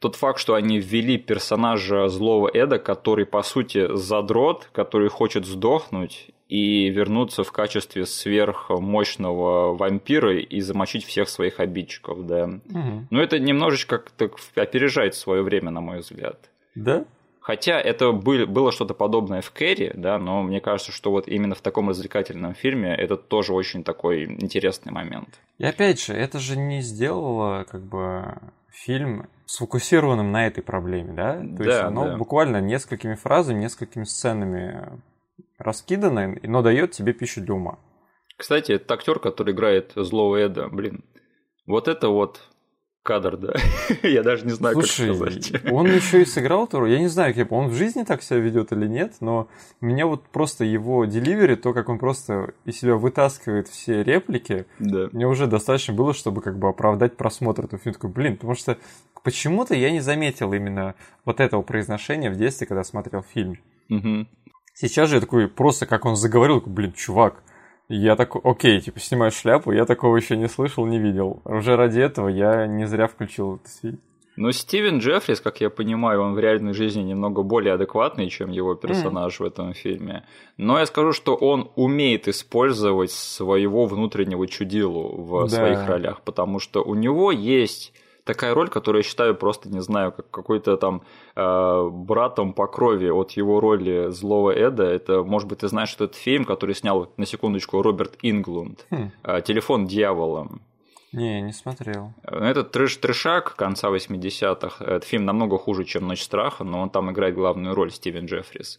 тот факт, что они ввели персонажа злого Эда, который, по сути, задрот, который хочет сдохнуть и вернуться в качестве сверхмощного вампира и замочить всех своих обидчиков, да. Угу. Но это немножечко как-то опережает свое время, на мой взгляд. Да? Хотя это было что-то подобное в Кэрри, да, но мне кажется, что вот именно в таком развлекательном фильме это тоже очень такой интересный момент. И опять же, это же не сделало как бы фильм сфокусированным на этой проблеме, да? То есть оно буквально несколькими фразами, несколькими сценами раскидано, но дает тебе пищу для ума. Кстати, этот актер, который играет злого Эда, вот это вот кадр, да. Я даже не знаю, слушай, как сказать. Он еще и сыграл эту роль. Я не знаю, как он в жизни так себя ведет или нет, но меня вот просто его деливери, то, как он просто из себя вытаскивает все реплики, мне уже достаточно было, чтобы как бы оправдать просмотр этого фильма. Такой, потому что почему-то я не заметил именно вот этого произношения в детстве, когда смотрел фильм. Угу. Сейчас же я такой, просто как он заговорил, такой, чувак. Я такой, окей, снимаю шляпу, я такого еще не слышал, не видел. Уже ради этого я не зря включил этот фильм. Но Стивен Джеффрис, как я понимаю, он в реальной жизни немного более адекватный, чем его персонаж в этом фильме. Но я скажу, что он умеет использовать своего внутреннего чудилу в своих ролях, потому что у него есть такая роль, которую я считаю просто, не знаю, как какой-то там братом по крови от его роли злого Эда. Это, может быть, ты знаешь, что это фильм, который снял, на секундочку, Роберт Инглунд. «Телефон дьявола». Не смотрел. Это трешак конца 80-х. Этот фильм намного хуже, чем «Ночь страха», но он там играет главную роль, Стивен Джеффрис.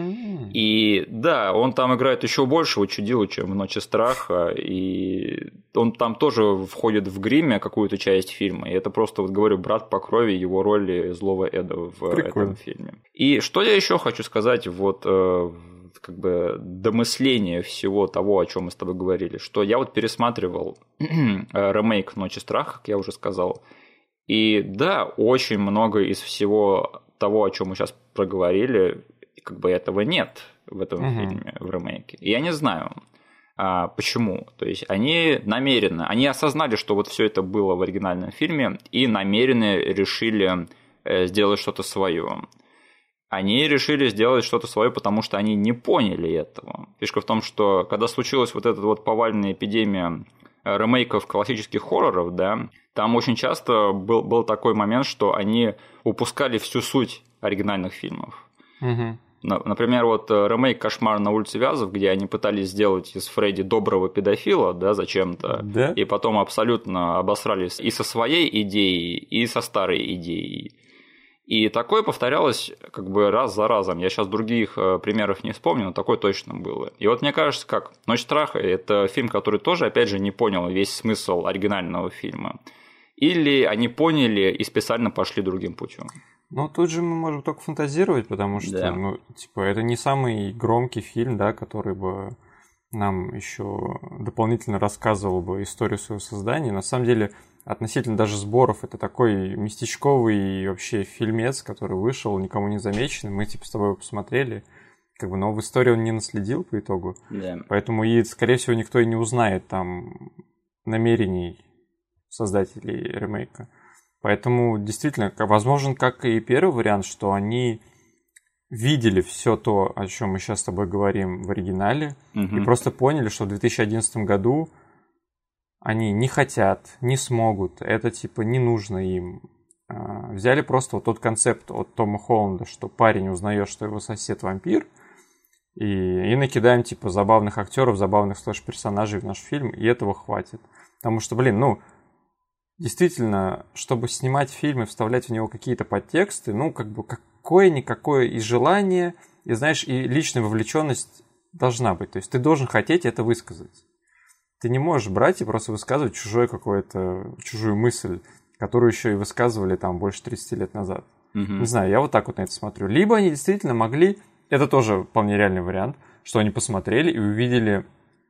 И да, он там играет еще большего чудила, чем в «Ночи страха», и он там тоже входит в гриме какую-то часть фильма, и это просто, вот говорю, брат по крови его роли злого Эда в этом фильме. И что я еще хочу сказать, вот как бы домысление всего того, о чем мы с тобой говорили, что я вот пересматривал ремейк «Ночи страха», как я уже сказал, и да, очень много из всего того, о чем мы сейчас проговорили, как бы этого нет в этом фильме, в ремейке. И я не знаю, почему. То есть они намеренно, они осознали, что вот все это было в оригинальном фильме, и намеренно решили сделать что-то свое. Они решили сделать что-то свое, потому что они не поняли этого. Фишка в том, что когда случилась вот эта вот повальная эпидемия ремейков классических хорроров, да, там очень часто был такой момент, что они упускали всю суть оригинальных фильмов. Например, вот ремейк «Кошмар на улице Вязов», где они пытались сделать из Фредди доброго педофила, да, зачем-то, и потом абсолютно обосрались и со своей идеей, и со старой идеей. И такое повторялось как бы раз за разом. Я сейчас других примеров не вспомню, но такое точно было. И вот мне кажется, как «Ночь страха» – это фильм, который тоже, опять же, не понял весь смысл оригинального фильма. Или они поняли и специально пошли другим путем. Ну, тут же мы можем только фантазировать, потому что, это не самый громкий фильм, да, который бы нам еще дополнительно рассказывал бы историю своего создания. На самом деле, относительно даже сборов, это такой местечковый вообще фильмец, который вышел, никому не замеченный. Мы с тобой его посмотрели, но в истории он не наследил по итогу. Поэтому и, скорее всего, никто и не узнает там намерений создателей ремейка. Поэтому, действительно, возможен, как и первый вариант, что они видели все то, о чем мы сейчас с тобой говорим в оригинале, и просто поняли, что в 2011 году они не хотят, не смогут, это не нужно им. Взяли просто вот тот концепт от Тома Холланда, что парень узнает, что его сосед вампир, и накидаем забавных актеров, забавных слэш-персонажей в наш фильм, и этого хватит. Потому что, действительно, чтобы снимать фильм и вставлять в него какие-то подтексты, какое-никакое и желание, и, знаешь, и личная вовлеченность должна быть. То есть ты должен хотеть это высказать. Ты не можешь брать и просто высказывать чужую мысль, которую еще и высказывали там больше 30 лет назад. Не знаю, я вот так вот на это смотрю. Либо они действительно могли, это тоже вполне реальный вариант, что они посмотрели и увидели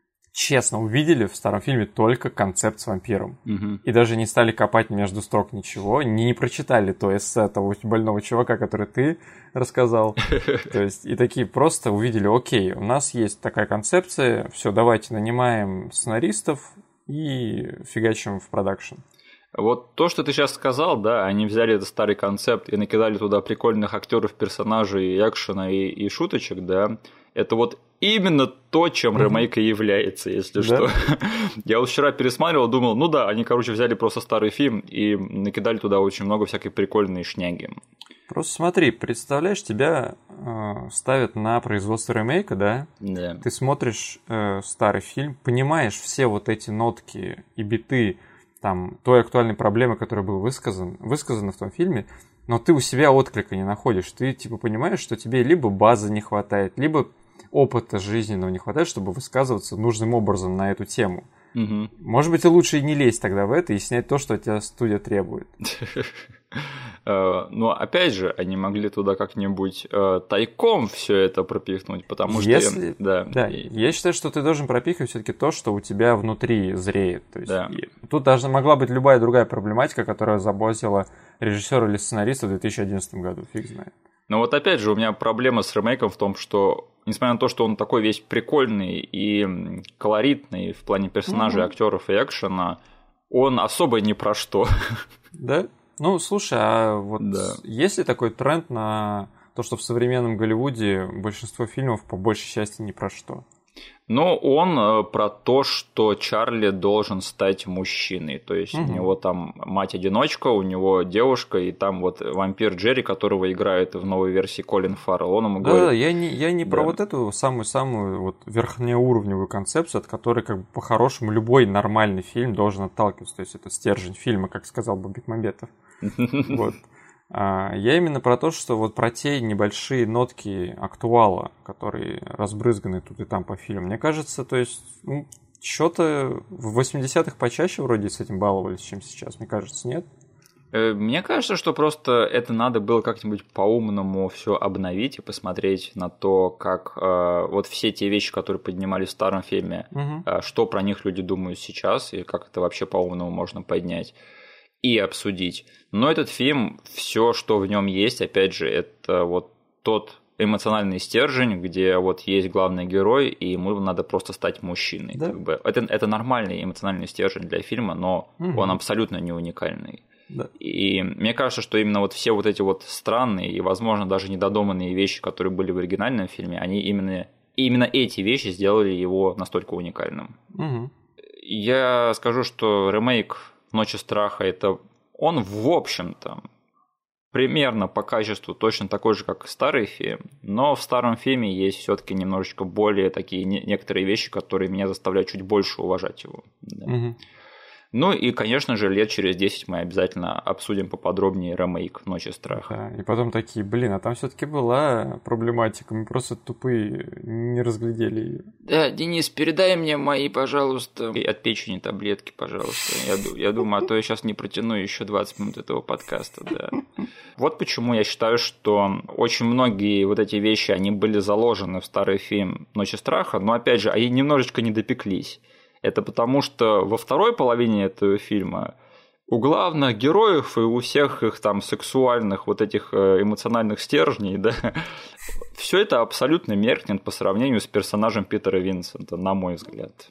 в старом фильме только концепт с вампиром. И даже не стали копать между строк ничего, не прочитали то эссе того больного чувака, который ты рассказал. То есть, и такие просто увидели, окей, у нас есть такая концепция, все, давайте нанимаем сценаристов и фигачим в продакшн. Вот то, что ты сейчас сказал, да, они взяли этот старый концепт и накидали туда прикольных актеров, персонажей, экшена и шуточек, да, это вот именно то, чем ремейк и является, если что. Я вот вчера пересматривал, думал, ну да, они, короче, взяли просто старый фильм и накидали туда очень много всякой прикольной шняги. Просто смотри, представляешь, тебя ставят на производство ремейка, да? Да. Ты смотришь старый фильм, понимаешь все вот эти нотки и биты там, той актуальной проблемы, которая была высказана в том фильме, но ты у себя отклика не находишь. Ты типа понимаешь, что тебе либо базы не хватает, либо опыта жизненного не хватает, чтобы высказываться нужным образом на эту тему. Угу. Может быть, и лучше не лезть тогда в это и снять то, что от тебя студия требует. Но опять же, они могли туда как-нибудь тайком все это пропихнуть, потому что... Да, я считаю, что ты должен пропихивать все-таки то, что у тебя внутри зреет. То есть да. Тут даже могла быть любая другая проблематика, которая заботила режиссера или сценариста в 2011 году, фиг знает. Но вот опять же, у меня проблема с ремейком в том, что, несмотря на то, что он такой весь прикольный и колоритный в плане персонажей, актеров и экшена, он особо ни про что. Да? Ну, слушай, а вот есть ли такой тренд на то, что в современном Голливуде большинство фильмов по большей части ни про что? Ну, он про то, что Чарли должен стать мужчиной. То есть у него там мать-одиночка, у него девушка, и там вот вампир Джерри, которого играет в новой версии Колин Фаррелл. Он ему говорит... Да, я не про вот эту самую-самую вот верхнеуровневую концепцию, от которой как бы по-хорошему любой нормальный фильм должен отталкиваться. То есть это стержень фильма, как сказал Бабик Мамбетов. Вот. Я именно про то, что вот про те небольшие нотки актуала, которые разбрызганы тут и там по фильму. Мне кажется, то есть, что-то в 80-х почаще вроде с этим баловались, чем сейчас. Мне кажется, нет? Мне кажется, что просто это надо было как-нибудь по-умному все обновить и посмотреть на то, как вот все те вещи, которые поднимали в старом фильме, что про них люди думают сейчас и как это вообще по-умному можно поднять и обсудить. Но этот фильм, все, что в нем есть, опять же, это вот тот эмоциональный стержень, где вот есть главный герой, и ему надо просто стать мужчиной. Да. Как бы. Это нормальный эмоциональный стержень для фильма, но он абсолютно не уникальный. Да. И мне кажется, что именно вот все вот эти вот странные и, возможно, даже недодуманные вещи, которые были в оригинальном фильме, они именно эти вещи сделали его настолько уникальным. Я скажу, что ремейк «Ночи страха» это он, в общем-то, примерно по качеству точно такой же, как и старый фильм, но в старом фильме есть все-таки немножечко более такие некоторые вещи, которые меня заставляют чуть больше уважать его. Да. Ну и, конечно же, лет через 10 мы обязательно обсудим поподробнее ремейк «Ночи страха». Да, и потом такие, а там все-таки была проблематика, мы просто тупые не разглядели ее. Да, Денис, передай мне мои, пожалуйста, от печени таблетки, пожалуйста. Я думаю, а то я сейчас не протяну еще 20 минут этого подкаста, да. Вот почему я считаю, что очень многие вот эти вещи, они были заложены в старый фильм «Ночи страха», но, опять же, они немножечко не допеклись. Это потому, что во второй половине этого фильма у главных героев и у всех их там сексуальных вот этих эмоциональных стержней, да, все это абсолютно меркнет по сравнению с персонажем Питера Винсента, на мой взгляд.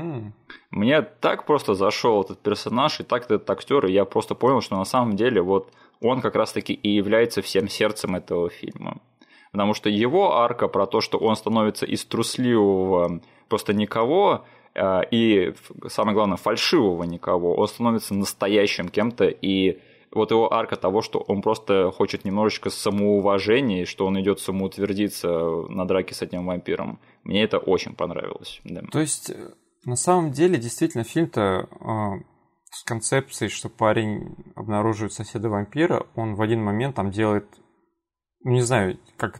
Мне так просто зашел этот персонаж и так этот актер, и я просто понял, что на самом деле вот он как раз-таки и является всем сердцем этого фильма. Потому что его арка про то, что он становится из трусливого просто никого, и, самое главное, фальшивого никого, он становится настоящим кем-то, и вот его арка того, что он просто хочет немножечко самоуважения, что он идет самоутвердиться на драке с этим вампиром. Мне это очень понравилось. Да. То есть, на самом деле, действительно, фильм-то с концепцией, что парень обнаруживает соседа вампира, он в один момент там делает, не знаю,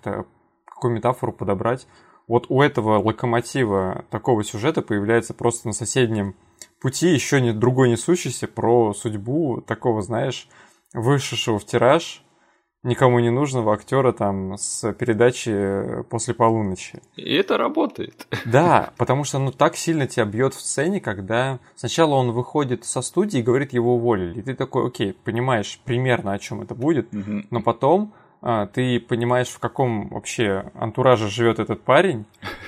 какую метафору подобрать. Вот у этого локомотива такого сюжета появляется просто на соседнем пути еще другой несущийся про судьбу такого, знаешь, вышедшего в тираж, никому не нужного актера там с передачи «После полуночи». И это работает. Да, потому что так сильно тебя бьет в сцене, когда сначала он выходит со студии и говорит, его уволили. И ты такой, окей, понимаешь примерно, о чем это будет, но потом... ты понимаешь, в каком вообще антураже живет этот парень,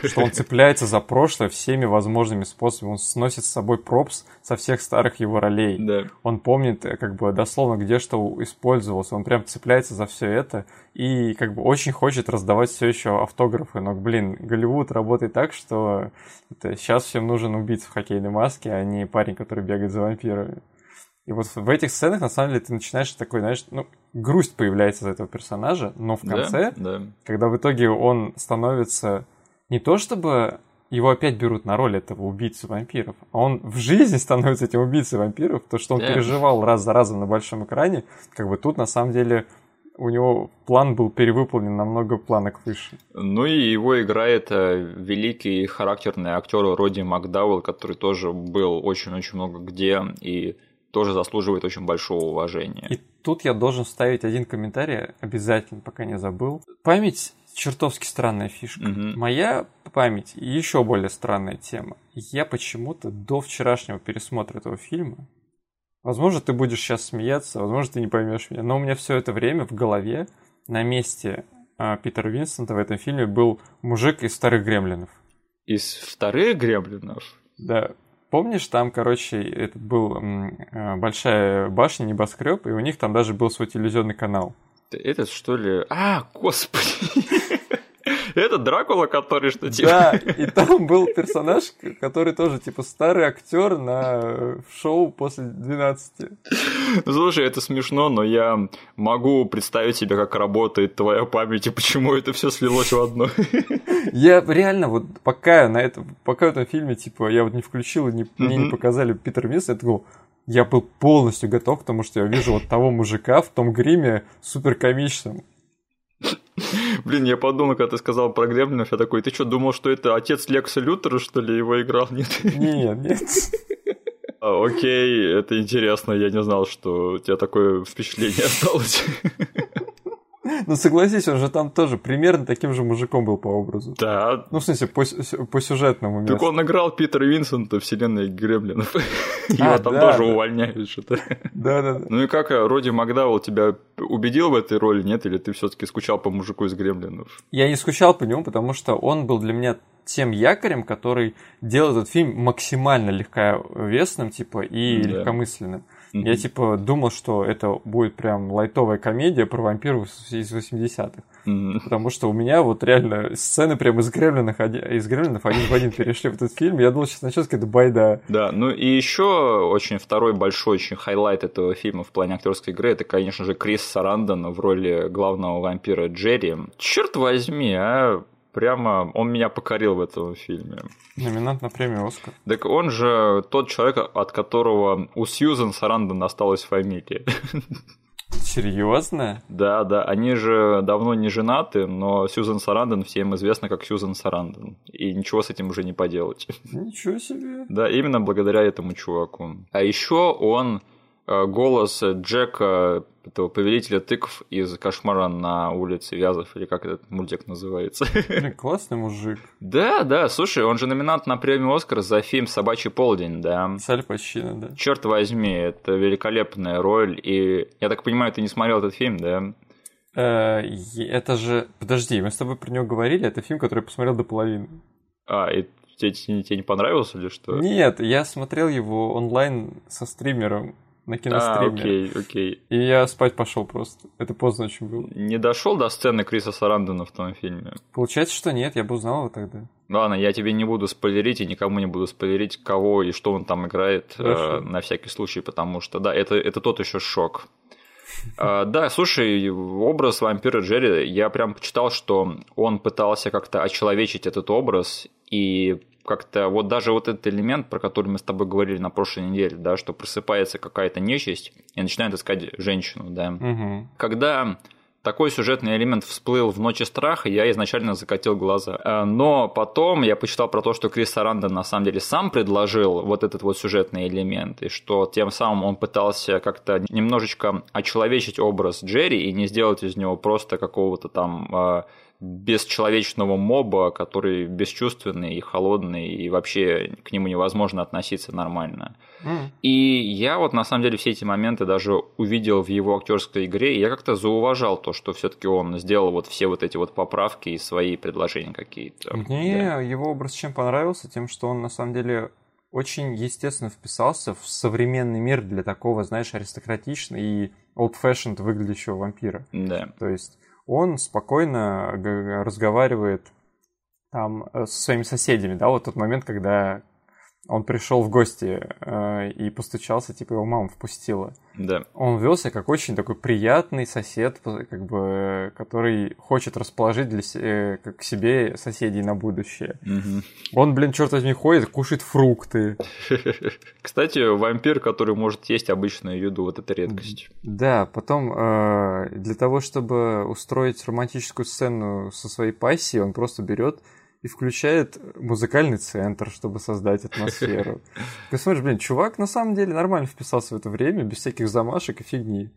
что он цепляется за прошлое всеми возможными способами. Он сносит с собой пропс со всех старых его ролей. Да. Он помнит, как бы, дословно, где что использовалось. Он прям цепляется за все это и, как бы, очень хочет раздавать все еще автографы. Но, блин, Голливуд работает так, что сейчас всем нужен убийца в хоккейной маске, а не парень, который бегает за вампирами. И вот в этих сценах, на самом деле, ты начинаешь такой, знаешь, грусть появляется из этого персонажа, но в конце, когда в итоге он становится не то чтобы его опять берут на роль этого убийцы вампиров, а он в жизни становится этим убийцей вампиров, то, что он переживал раз за разом на большом экране, как бы тут, на самом деле, у него план был перевыполнен на много планок выше. Ну и его играет великий характерный актер Роди Макдауэлл, который тоже был очень-очень много где и тоже заслуживает очень большого уважения. И тут я должен вставить один комментарий, обязательно, пока не забыл. Память чертовски странная фишка. Моя память еще более странная тема. Я почему-то до вчерашнего пересмотра этого фильма, возможно, ты будешь сейчас смеяться, возможно, ты не поймешь меня, но у меня все это время в голове на месте Питера Винсента в этом фильме был мужик из «Старых гремлинов». Из «Вторых гремлинов»? Да. Помнишь, там, короче, это был большая башня, небоскреб, и у них там даже был свой телевизионный канал. Этот, что ли? Господи! Это Дракула, который что типа... Да, и там был персонаж, который тоже типа старый актер на шоу после 12. Слушай, это смешно, но я могу представить себе, как работает твоя память и почему это все слилось в одно. Я реально вот пока в этом фильме типа я вот не включил и мне не показали Питера Винсента, я был полностью готов к тому, что я вижу вот того мужика в том гриме суперкомичном. Блин, я подумал, когда ты сказал про Гремлинов, я такой, ты что, думал, что это отец Лекса Лютера, что ли, его играл? Нет? Нет. Окей, это интересно, я не знал, что у тебя такое впечатление осталось. Ну, согласись, он же там тоже примерно таким же мужиком был по образу. Да. Ну, в смысле, по сюжетному месту. Так он играл Питера Винсента в вселенной Гремлинов. Его там тоже увольняют что-то. Да. Ну и как Роди Макдауэлл тебя убедил в этой роли, нет? Или ты все-таки скучал по мужику из Гремлинов? Я не скучал по нему, потому что он был для меня тем якорем, который делал этот фильм максимально легковесным, типа, и легкомысленным. Я, типа, думал, что это будет прям лайтовая комедия про вампиров из 80-х. Потому что у меня вот реально сцены прям из Гремлинов один в один перешли в этот фильм. Я думал, сейчас начнется какая-то байда. Да, ну и еще очень второй большой очень хайлайт этого фильма в плане актерской игры, это, конечно же, Крис Сарандон в роли главного вампира Джерри. Черт возьми, прямо он меня покорил в этом фильме. Номинант на премию «Оскар». Так он же тот человек, от которого у Сьюзан Сарандон осталась фамилия. Серьезно? Да, они же давно не женаты, но Сьюзан Сарандон всем известна как Сьюзан Сарандон. И ничего с этим уже не поделать. Ничего себе. Да, именно благодаря этому чуваку. А еще он голос Джека, этого повелителя тыкв из «Кошмара на улице Вязов», или как этот мультик называется. Классный мужик. Да, слушай, он же номинант на премию «Оскар» за фильм «Собачий полдень», да. С Аль Пачино, да. Черт возьми, это великолепная роль, и я так понимаю, ты не смотрел этот фильм, да? Это же... Подожди, мы с тобой про него говорили, это фильм, который я посмотрел до половины. И тебе не понравился или что? Нет, я смотрел его онлайн со стримером. На киностриме. Окей. И я спать пошел просто. Это поздно очень было. Не дошел до сцены Криса Сарандона в том фильме? Получается, что нет, я бы узнал его тогда. Ладно, я тебе не буду спойлерить и никому не буду спойлерить, кого и что он там играет, на всякий случай, потому что, да, это тот еще шок. Да, слушай, образ вампира Джерри, я прям почитал, что он пытался как-то очеловечить этот образ, и как-то вот даже вот этот элемент, про который мы с тобой говорили на прошлой неделе, да, что просыпается какая-то нечисть и начинает искать женщину, да. Когда такой сюжетный элемент всплыл в «Ночи страха», я изначально закатил глаза. Но потом я почитал про то, что Крис Сарандон на самом деле сам предложил вот этот вот сюжетный элемент, и что тем самым он пытался как-то немножечко очеловечить образ Джерри и не сделать из него просто какого-то там бесчеловечного моба, который бесчувственный и холодный, и вообще к нему невозможно относиться нормально. И я вот на самом деле все эти моменты даже увидел в его актерской игре, и я как-то зауважал то, что все-таки он сделал вот все вот эти вот поправки и свои предложения какие-то. Мне его образ чем понравился? Тем, что он на самом деле очень естественно вписался в современный мир для такого, знаешь, аристократичного и old-fashioned выглядящего вампира. Да. То есть он спокойно разговаривает там со своими соседями, да, вот тот момент, когда он пришел в гости и постучался, типа его мама впустила. Да. Он вел себя как очень такой приятный сосед, как бы, который хочет расположить к себе соседей на будущее. Он, блин, черт возьми, ходит, кушает фрукты. Кстати, вампир, который может есть обычную еду, вот это редкость. Да, потом для того, чтобы устроить романтическую сцену со своей пассией, он просто берет и включает музыкальный центр, чтобы создать атмосферу. Ты смотришь, блин, чувак на самом деле нормально вписался в это время, без всяких замашек и фигни.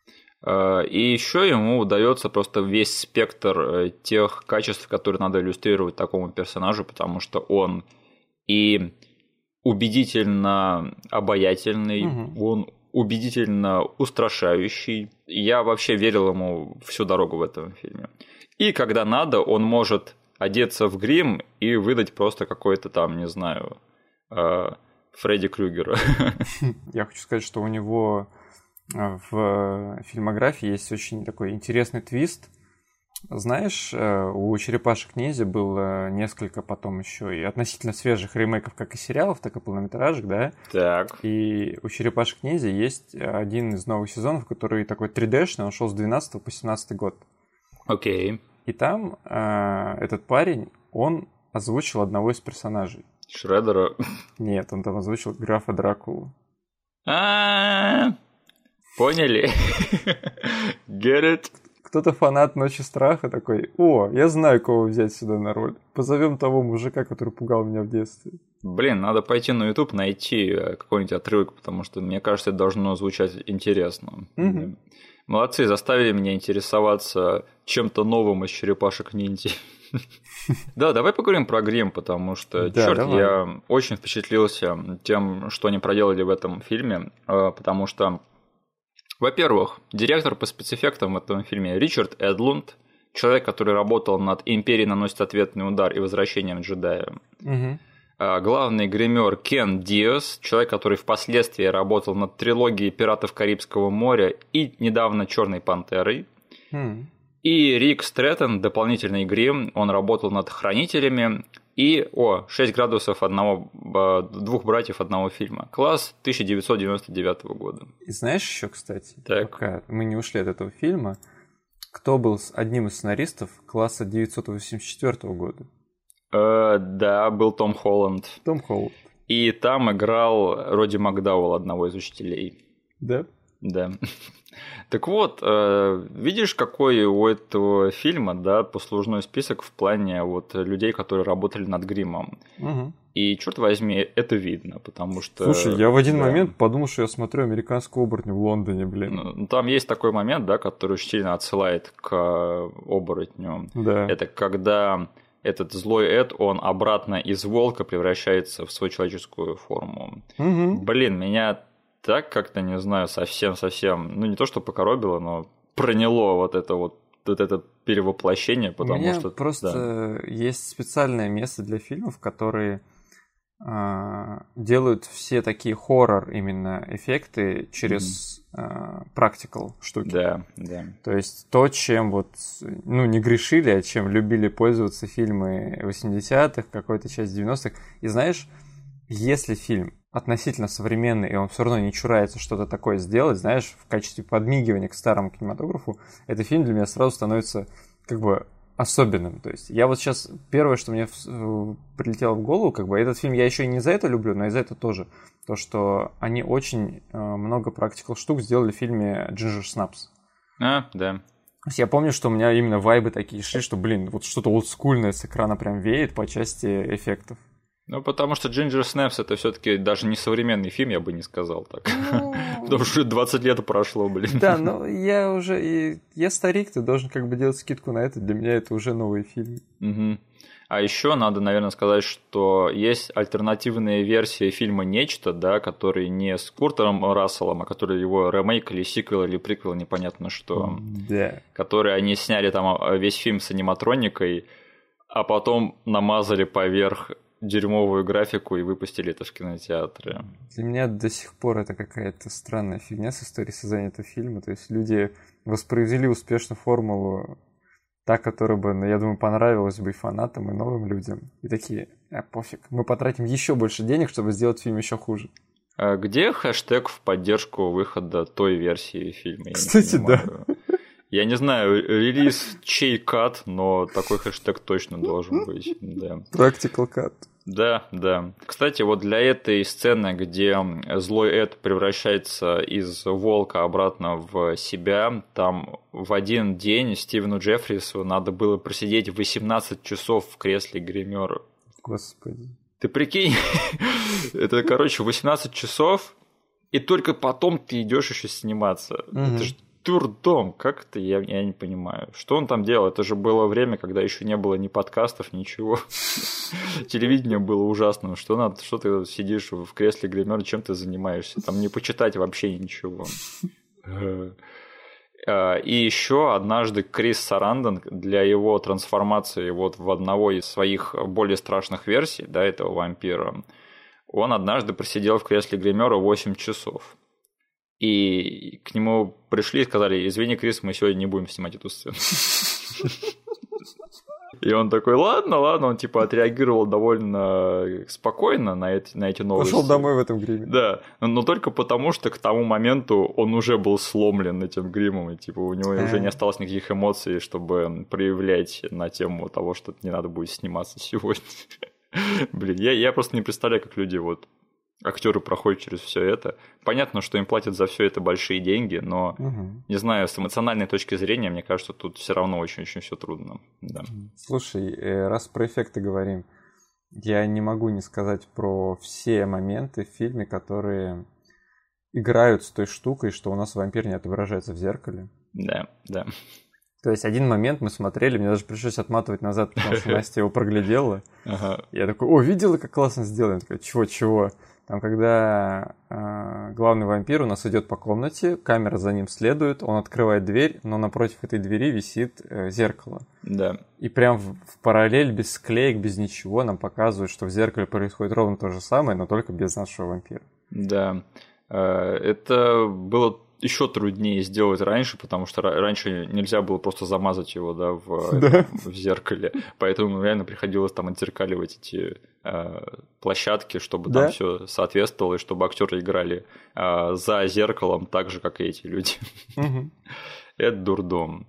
И еще ему удается просто весь спектр тех качеств, которые надо иллюстрировать такому персонажу, потому что он и убедительно обаятельный, он убедительно устрашающий. Я вообще верил ему всю дорогу в этом фильме. И когда надо, он может одеться в грим и выдать просто какой-то там, не знаю, Фредди Крюгера. Я хочу сказать, что у него в фильмографии есть очень такой интересный твист. Знаешь, у «Черепашек-ниндзя» было несколько потом еще и относительно свежих ремейков как и сериалов, так и полнометражек, да? Так. И у «Черепашек-ниндзя» есть один из новых сезонов, который такой 3D-шный, он шел с 12 по 17 год. Окей. И там этот парень, он озвучил одного из персонажей. Шреддера? Нет, он там озвучил графа Дракулу. Поняли? Get it? Кто-то фанат «Ночи страха» такой: о, я знаю, кого взять сюда на роль. Позовем того мужика, который пугал меня в детстве. Блин, надо пойти на YouTube, найти какой-нибудь отрывок, потому что, мне кажется, это должно звучать интересно. Молодцы, заставили меня интересоваться чем-то новым из «Черепашек-ниндзя». Да, давай поговорим про грим, потому что, я очень впечатлился тем, что они проделали в этом фильме, потому что, во-первых, директор по спецэффектам в этом фильме Ричард Эдлунд, человек, который работал над «Империей наносит ответный удар» и «Возвращением джедая». Главный гример Кен Диас, человек, который впоследствии работал над трилогией «Пиратов Карибского моря» и недавно «Черной пантерой». И Рик Стрэттон, дополнительный грим, он работал над «Хранителями» и «6 градусов двух братьев одного фильма». Класс 1999 года. И знаешь еще, кстати, так. Пока мы не ушли от этого фильма, кто был одним из сценаристов класса 1984 года? Да, был Том Холланд. Том Холланд. И там играл Роди Макдауэлл, одного из учителей. Да? Да. Так вот, видишь, какой у этого фильма, да, послужной список в плане вот людей, которые работали над гримом. И, черт возьми, это видно, потому что... Слушай, я в один момент подумал, что я смотрю «Американскую оборотню» в Лондоне, блин. Ну, там есть такой момент, да, который очень сильно отсылает к оборотню. Да. Это когда этот злой Эд, он обратно из волка превращается в свою человеческую форму. Блин, меня так как-то, не знаю, совсем, ну не то что покоробило, но проняло вот это перевоплощение, потому У меня что... просто есть специальное место для фильмов, которые делают все такие хоррор именно эффекты через practical штуки. Да. То есть то, чем вот, ну, не грешили, а чем любили пользоваться фильмы 80-х, какой-то часть 90-х. И знаешь, если фильм относительно современный, и он все равно не чурается что-то такое сделать, знаешь, в качестве подмигивания к старому кинематографу, этот фильм для меня сразу становится как бы особенным. То есть я вот сейчас, первое, что мне прилетело в голову, как бы этот фильм я еще и не за это люблю, но и за это тоже. То, что они очень много практикал штук сделали в фильме Ginger Snaps. Да. То есть я помню, что у меня именно вайбы такие шли, что, блин, вот что-то олдскульное с экрана прям веет по части эффектов. Ну, потому что Ginger Snaps это все-таки даже не современный фильм, я бы не сказал так. Потому что 20 лет прошло, блин. Да, но я старик, ты должен как бы делать скидку на это. Для меня это уже новый фильм. А еще надо, наверное, сказать, что есть альтернативные версии фильма «Нечто», да, который не с Куртом Расселом, а который его ремейк или сиквел или приквел, непонятно что. Да. Который они сняли там весь фильм с аниматроникой, а потом намазали поверх дерьмовую графику и выпустили это в кинотеатре. Для меня до сих пор это какая-то странная фигня с историей создания этого фильма. То есть люди воспроизвели успешно формулу, та, которая бы, я думаю, понравилась бы и фанатам, и новым людям. И такие, пофиг, мы потратим еще больше денег, чтобы сделать фильм еще хуже. А где хэштег в поддержку выхода той версии фильма? Кстати, да. Я не знаю, релиз чей кат, но такой хэштег точно должен быть. Да. Practical cut. Да, да. Кстати, вот для этой сцены, где злой Эд превращается из волка обратно в себя, там в один день Стивену Джеффрису надо было просидеть 18 часов в кресле гримера. Господи. Ты прикинь, это, короче, 18 часов, и только потом ты идешь еще сниматься. Это же дурдом, как это, я не понимаю. Что он там делал? Это же было время, когда еще не было ни подкастов, ничего. Телевидение было ужасным. Что ты сидишь в кресле гримера, чем ты занимаешься? Там не почитать вообще ничего. И еще однажды Крис Сарандон для его трансформации вот в одного из своих более страшных версий, да, этого вампира, он однажды просидел в кресле гримера 8 часов. И к нему пришли и сказали: извини, Крис, мы сегодня не будем снимать эту сцену. И он такой: ладно, он типа отреагировал довольно спокойно на эти новости. Пошел домой в этом гриме. Да, но только потому, что к тому моменту он уже был сломлен этим гримом, и типа у него уже не осталось никаких эмоций, чтобы проявлять на тему того, что не надо будет сниматься сегодня. Блин, я просто не представляю, как люди актеры проходят через все это. Понятно, что им платят за все это большие деньги, но, не знаю, с эмоциональной точки зрения, мне кажется, тут все равно очень-очень все трудно. Да. Слушай, раз про эффекты говорим, я не могу не сказать про все моменты в фильме, которые играют с той штукой, что у нас вампир не отображается в зеркале. Да. То есть один момент мы смотрели, мне даже пришлось отматывать назад, потому что Настя его проглядела. Я такой: видела, как классно сделано? Я такой: чего? Там, когда главный вампир у нас идет по комнате, камера за ним следует, он открывает дверь, но напротив этой двери висит зеркало. Да. И прям в параллель, без склеек, без ничего нам показывают, что в зеркале происходит ровно то же самое, но только без нашего вампира. Да. Это было еще труднее сделать раньше, потому что раньше нельзя было просто замазать его, в зеркале, поэтому реально приходилось там отзеркаливать эти площадки, чтобы там все соответствовало, и чтобы актеры играли за зеркалом так же, как и эти люди. Это дурдом.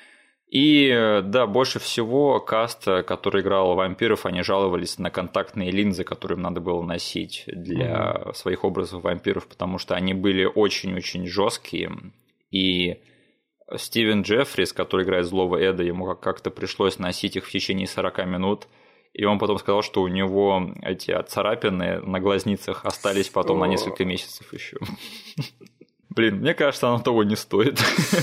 И да, больше всего каст, который играл вампиров, они жаловались на контактные линзы, которые им надо было носить для своих образов вампиров, потому что они были очень-очень жесткие. И Стивен Джеффрис, который играет злого Эда, ему как-то пришлось носить их в течение 40 минут. И он потом сказал, что у него эти царапины на глазницах остались потом на несколько месяцев еще. Блин, мне кажется, оно того не стоит.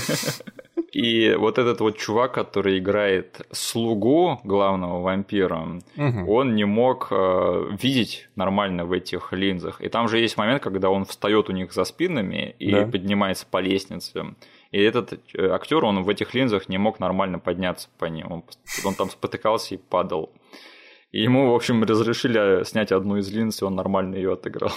И вот этот вот чувак, который играет слугу главного вампира, он не мог видеть нормально в этих линзах. И там же есть момент, когда он встает у них за спинами и поднимается по лестнице. И этот актер, он в этих линзах не мог нормально подняться по ним. Он там спотыкался и падал. И ему, в общем, разрешили снять одну из линз, и он нормально ее отыграл.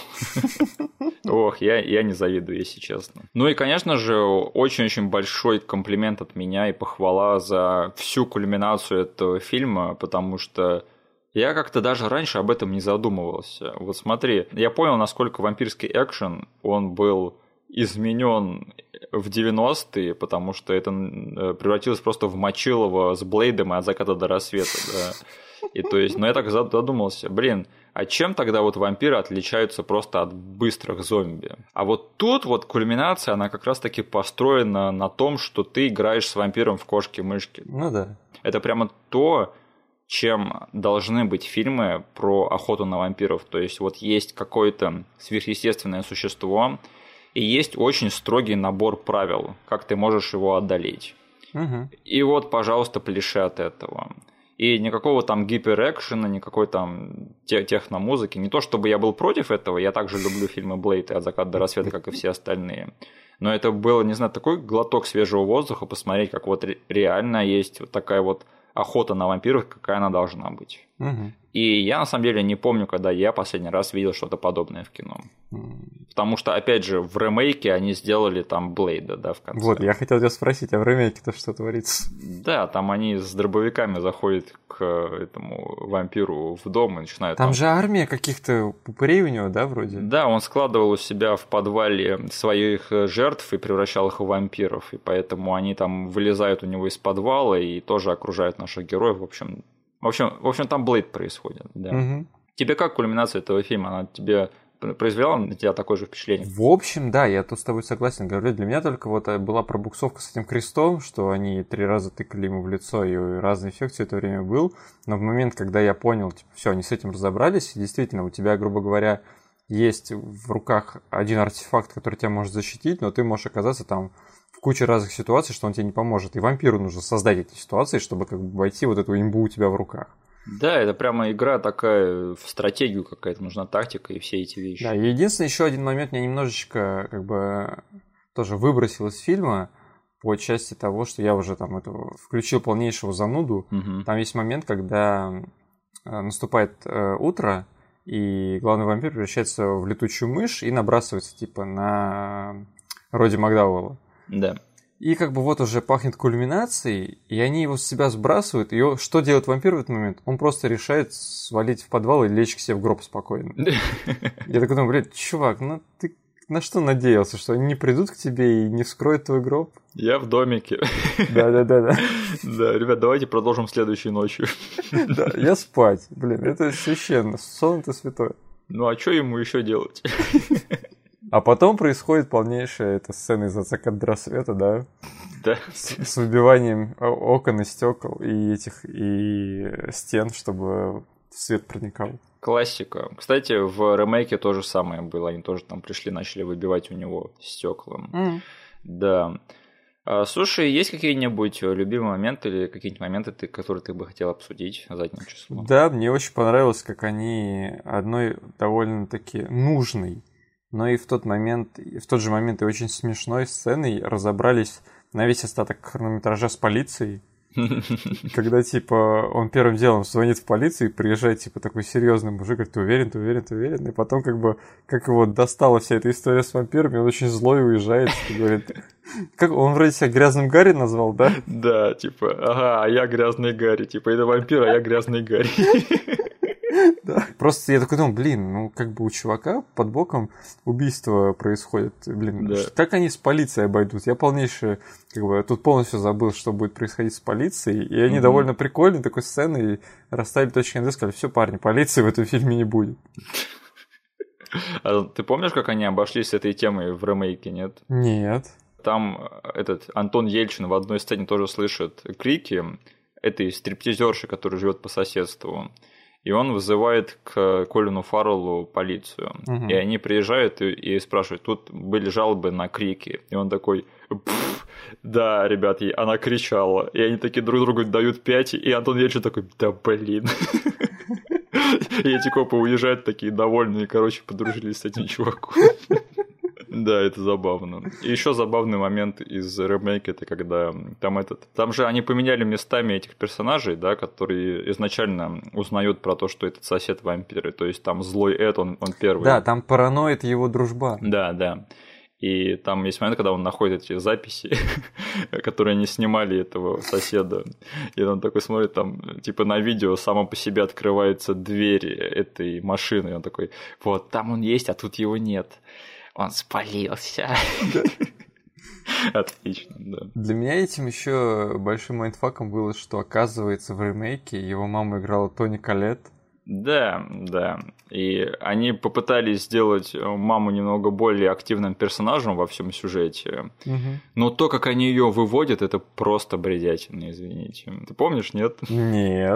Ох, я не завидую, если честно. Ну и, конечно же, очень-очень большой комплимент от меня и похвала за всю кульминацию этого фильма, потому что я как-то даже раньше об этом не задумывался. Вот смотри, я понял, насколько вампирский экшен, он был изменен в 90-е, потому что это превратилось просто в Мочилово с Блейдом и от заката до рассвета, да. И то есть, но я так задумался, а чем тогда вот вампиры отличаются просто от быстрых зомби? А вот тут вот кульминация, она как раз-таки построена на том, что ты играешь с вампиром в кошки-мышки. Ну да. Это прямо то, чем должны быть фильмы про охоту на вампиров. То есть вот есть какое-то сверхъестественное существо, и есть очень строгий набор правил, как ты можешь его одолеть. И вот, пожалуйста, пляши от этого. И никакого там гиперэкшена, никакой там техномузыки. Не то чтобы я был против этого, я также люблю фильмы Блейд и «От заката до рассвета», как и все остальные. Но это было, не знаю, такой глоток свежего воздуха, посмотреть, как вот реально есть вот такая вот охота на вампиров, какая она должна быть. И я, на самом деле, не помню, когда я последний раз видел что-то подобное в кино. Потому что, опять же, в ремейке они сделали там Блейда, да, в конце. Вот, я хотел тебя спросить, а в ремейке-то что творится? Да, там они с дробовиками заходят к этому вампиру в дом и начинают... Там же армия каких-то упырей у него, да, вроде? Да, он складывал у себя в подвале своих жертв и превращал их в вампиров, и поэтому они там вылезают у него из подвала и тоже окружают наших героев, в общем, там Блейд происходит, да. Тебе как кульминация этого фильма? Она тебе произвела на тебя такое же впечатление? В общем, да, я тут с тобой согласен. Говорю, для меня только вот была пробуксовка с этим крестом, что они 3 раза тыкали ему в лицо, и разный эффект все это время был. Но в момент, когда я понял, типа, все, они с этим разобрались, и действительно, у тебя, грубо говоря, есть в руках один артефакт, который тебя может защитить, но ты можешь оказаться там в куче разных ситуаций, что он тебе не поможет. И вампиру нужно создать эти ситуации, чтобы как бы войти вот эту имбу у тебя в руках. Да, это прямо игра такая, в стратегию какая-то, нужна тактика и все эти вещи. Да, и единственный еще один момент меня немножечко как бы тоже выбросил из фильма по части того, что я уже там включил полнейшего зануду. Там есть момент, когда наступает утро, и главный вампир превращается в летучую мышь и набрасывается типа на Роди Макдауэлла. Да. И как бы вот уже пахнет кульминацией, и они его с себя сбрасывают. И что делает вампир в этот момент? Он просто решает свалить в подвал и лечь к себе в гроб спокойно. Я такой думаю, блядь, чувак, ну ты на что надеялся? Что они не придут к тебе и не вскроют твой гроб? Я в домике. Да. Да, ребят, давайте продолжим следующей ночью. Да, я спать. Блин, это священно. Сон — это святое. Ну а что ему еще делать? А потом происходит полнейшая эта сцена из «От заката до рассвета», да? Да. С выбиванием окон и стекол и стен, чтобы свет проникал. Классика. Кстати, в ремейке то же самое было. Они тоже там пришли, начали выбивать у него стекла. Да. Слушай, есть какие-нибудь любимые моменты или какие-нибудь моменты, которые ты бы хотел обсудить задним числом? Да, мне очень понравилось, как они одной довольно-таки нужной, но и в тот же момент и очень смешной сценой разобрались на весь остаток хронометража с полицией. Когда, типа, он первым делом звонит в полицию и приезжает, типа, такой серьезный мужик, говорит, ты уверен? И потом, как его достала вся эта история с вампирами, он очень злой уезжает и говорит... Как он вроде себя грязным Гарри назвал, да? Да, типа, ага, а я грязный Гарри. Типа, это вампир, а я грязный Гарри. Да. Просто я такой думал, блин, ну как бы у чувака под боком убийство происходит. Блин, да. Как они с полицией обойдут? Я полнейшее, как бы, тут полностью забыл, что будет происходить с полицией. И они довольно прикольные такой сцены расставили точки над «и», сказали, все, парни, полиции в этом фильме не будет. А ты помнишь, как они обошлись с этой темой в ремейке, нет? Нет. Там этот Антон Ельчин в одной сцене тоже слышит крики этой стриптизерши, которая живет по соседству. И он вызывает к Колину Фарреллу полицию. И они приезжают и спрашивают, тут были жалобы на крики. И он такой, да, ребят, она кричала. И они такие друг другу дают 5, и Антон Ельчин такой, да блин. И эти копы уезжают такие довольные, короче, подружились с этим чуваком. Да, это забавно. И еще забавный момент из ремейка, это когда там же они поменяли местами этих персонажей, да, которые изначально узнают про то, что этот сосед вампир. То есть там злой Эд, он первый. Да, там параноид его дружба. Да. И там есть момент, когда он находит эти записи, которые они снимали этого соседа. И он такой смотрит, там, типа на видео само по себе открывается дверь этой машины. И он такой, вот, там он есть, а тут его нет. Он спалился. Отлично, да. Для меня этим еще большим майндфаком было, что, оказывается, в ремейке его мама играла Тони Коллетт. Да. И они попытались сделать маму немного более активным персонажем во всем сюжете. Но то, как они ее выводят, это просто бредятина, извините. Ты помнишь, нет? Нет.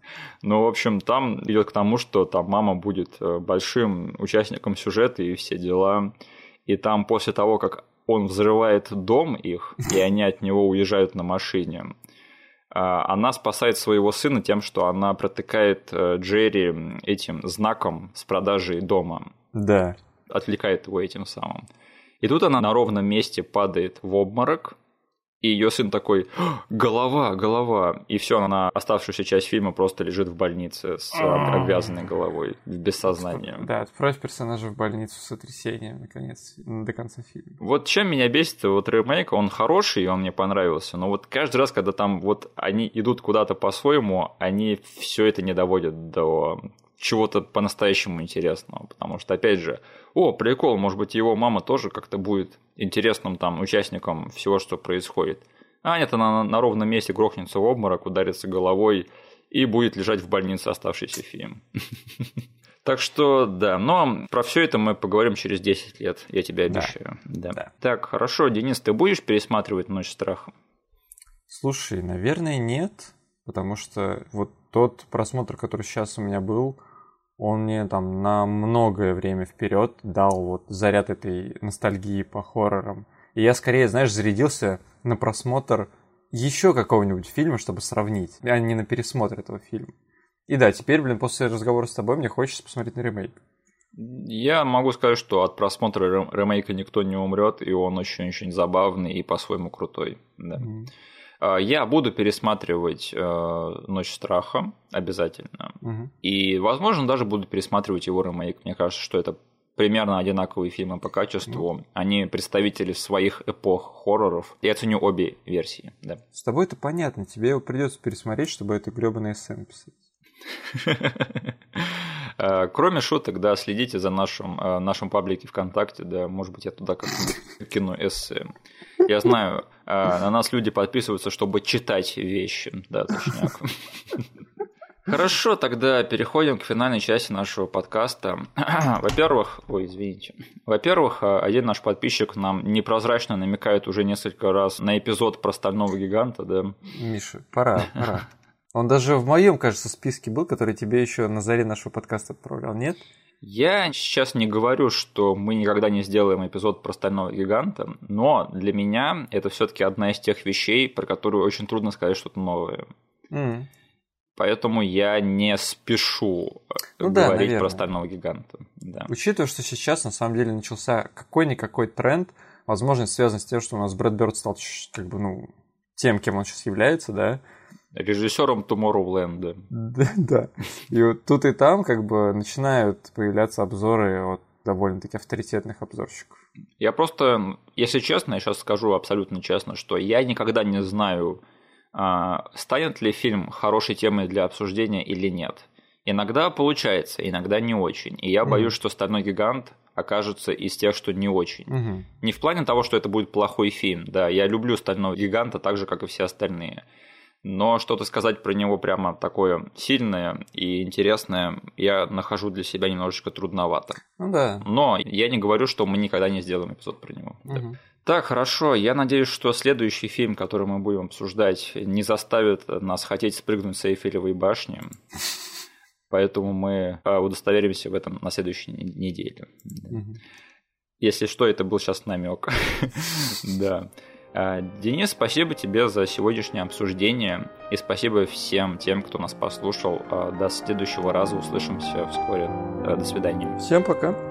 Ну, в общем, там идет к тому, что там мама будет большим участником сюжета и все дела. И там после того, как он взрывает дом их, и они от него уезжают на машине, она спасает своего сына тем, что она протыкает Джерри этим знаком с продажей дома. Да. Отвлекает его этим самым. И тут она на ровном месте падает в обморок, и ее сын такой: голова, голова. И все, она оставшуюся часть фильма просто лежит в больнице с обвязанной головой, без сознания. Да, отправь персонажа в больницу с сотрясением, наконец, до конца фильма. Вот чем меня бесит, вот ремейк, он хороший, он мне понравился, но вот каждый раз, когда там вот они идут куда-то по-своему, они все это не доводят до чего-то по-настоящему интересного, потому что, опять же, прикол, может быть, его мама тоже как-то будет интересным там участником всего, что происходит. А нет, она на ровном месте грохнется в обморок, ударится головой и будет лежать в больнице оставшийся фильм. Так что, да, но про все это мы поговорим через 10 лет, я тебе обещаю. Да. Так, хорошо, Денис, ты будешь пересматривать «Ночь страха»? Слушай, наверное, нет, потому что вот тот просмотр, который сейчас у меня был, он мне там на многое время вперед дал вот заряд этой ностальгии по хоррорам. И я скорее, знаешь, зарядился на просмотр еще какого-нибудь фильма, чтобы сравнить, а не на пересмотр этого фильма. И да, теперь, после разговора с тобой мне хочется посмотреть на ремейк. Я могу сказать, что от просмотра ремейка никто не умрет, и он очень-очень забавный и по-своему крутой. Да. Я буду пересматривать «Ночь страха» обязательно. И, возможно, даже буду пересматривать его ремейк. Мне кажется, что это примерно одинаковые фильмы по качеству. Они представители своих эпох хорроров. Я ценю обе версии. Да. С тобой это понятно. Тебе его придется пересмотреть, чтобы это грёбаное эссе написать. Кроме шуток, да, следите за нашим паблике ВКонтакте, да, может быть, я туда как-нибудь кину эссе. Я знаю, на нас люди подписываются, чтобы читать вещи, да, точняк. Хорошо, тогда переходим к финальной части нашего подкаста. Во-первых, один наш подписчик нам непрозрачно намекает уже несколько раз на эпизод про стального гиганта, да. Миша, пора. Он даже в моем, кажется, списке был, который тебе еще на заре нашего подкаста отправлял, нет? Я сейчас не говорю, что мы никогда не сделаем эпизод про стального гиганта, но для меня это все-таки одна из тех вещей, про которую очень трудно сказать что-то новое. Поэтому я не спешу говорить про стального гиганта. Да. Учитывая, что сейчас на самом деле начался какой-никакой тренд, возможно, связан с тем, что у нас Брэд Бёрд стал тем, кем он сейчас является, да? Режиссером Tomorrowland. Да. И вот тут и там начинают появляться обзоры от довольно-таки авторитетных обзорщиков. Я просто, если честно, я сейчас скажу абсолютно честно, что я никогда не знаю, станет ли фильм хорошей темой для обсуждения или нет. Иногда получается, иногда не очень. И я боюсь, что «Стальной гигант» окажется из тех, что не очень. Не в плане того, что это будет плохой фильм. Да, я люблю «Стального гиганта» так же, как и все остальные. Но что-то сказать про него прямо такое сильное и интересное я нахожу для себя немножечко трудновато. Ну да. Но я не говорю, что мы никогда не сделаем эпизод про него. Да. Так, хорошо. Я надеюсь, что следующий фильм, который мы будем обсуждать, не заставит нас хотеть спрыгнуть с Эйфелевой башни. Поэтому мы удостоверимся в этом на следующей неделе. Если что, это был сейчас намек. Да. Денис, спасибо тебе за сегодняшнее обсуждение. И спасибо всем тем, кто нас послушал. До следующего раза. Услышимся вскоре. До свидания. Всем пока.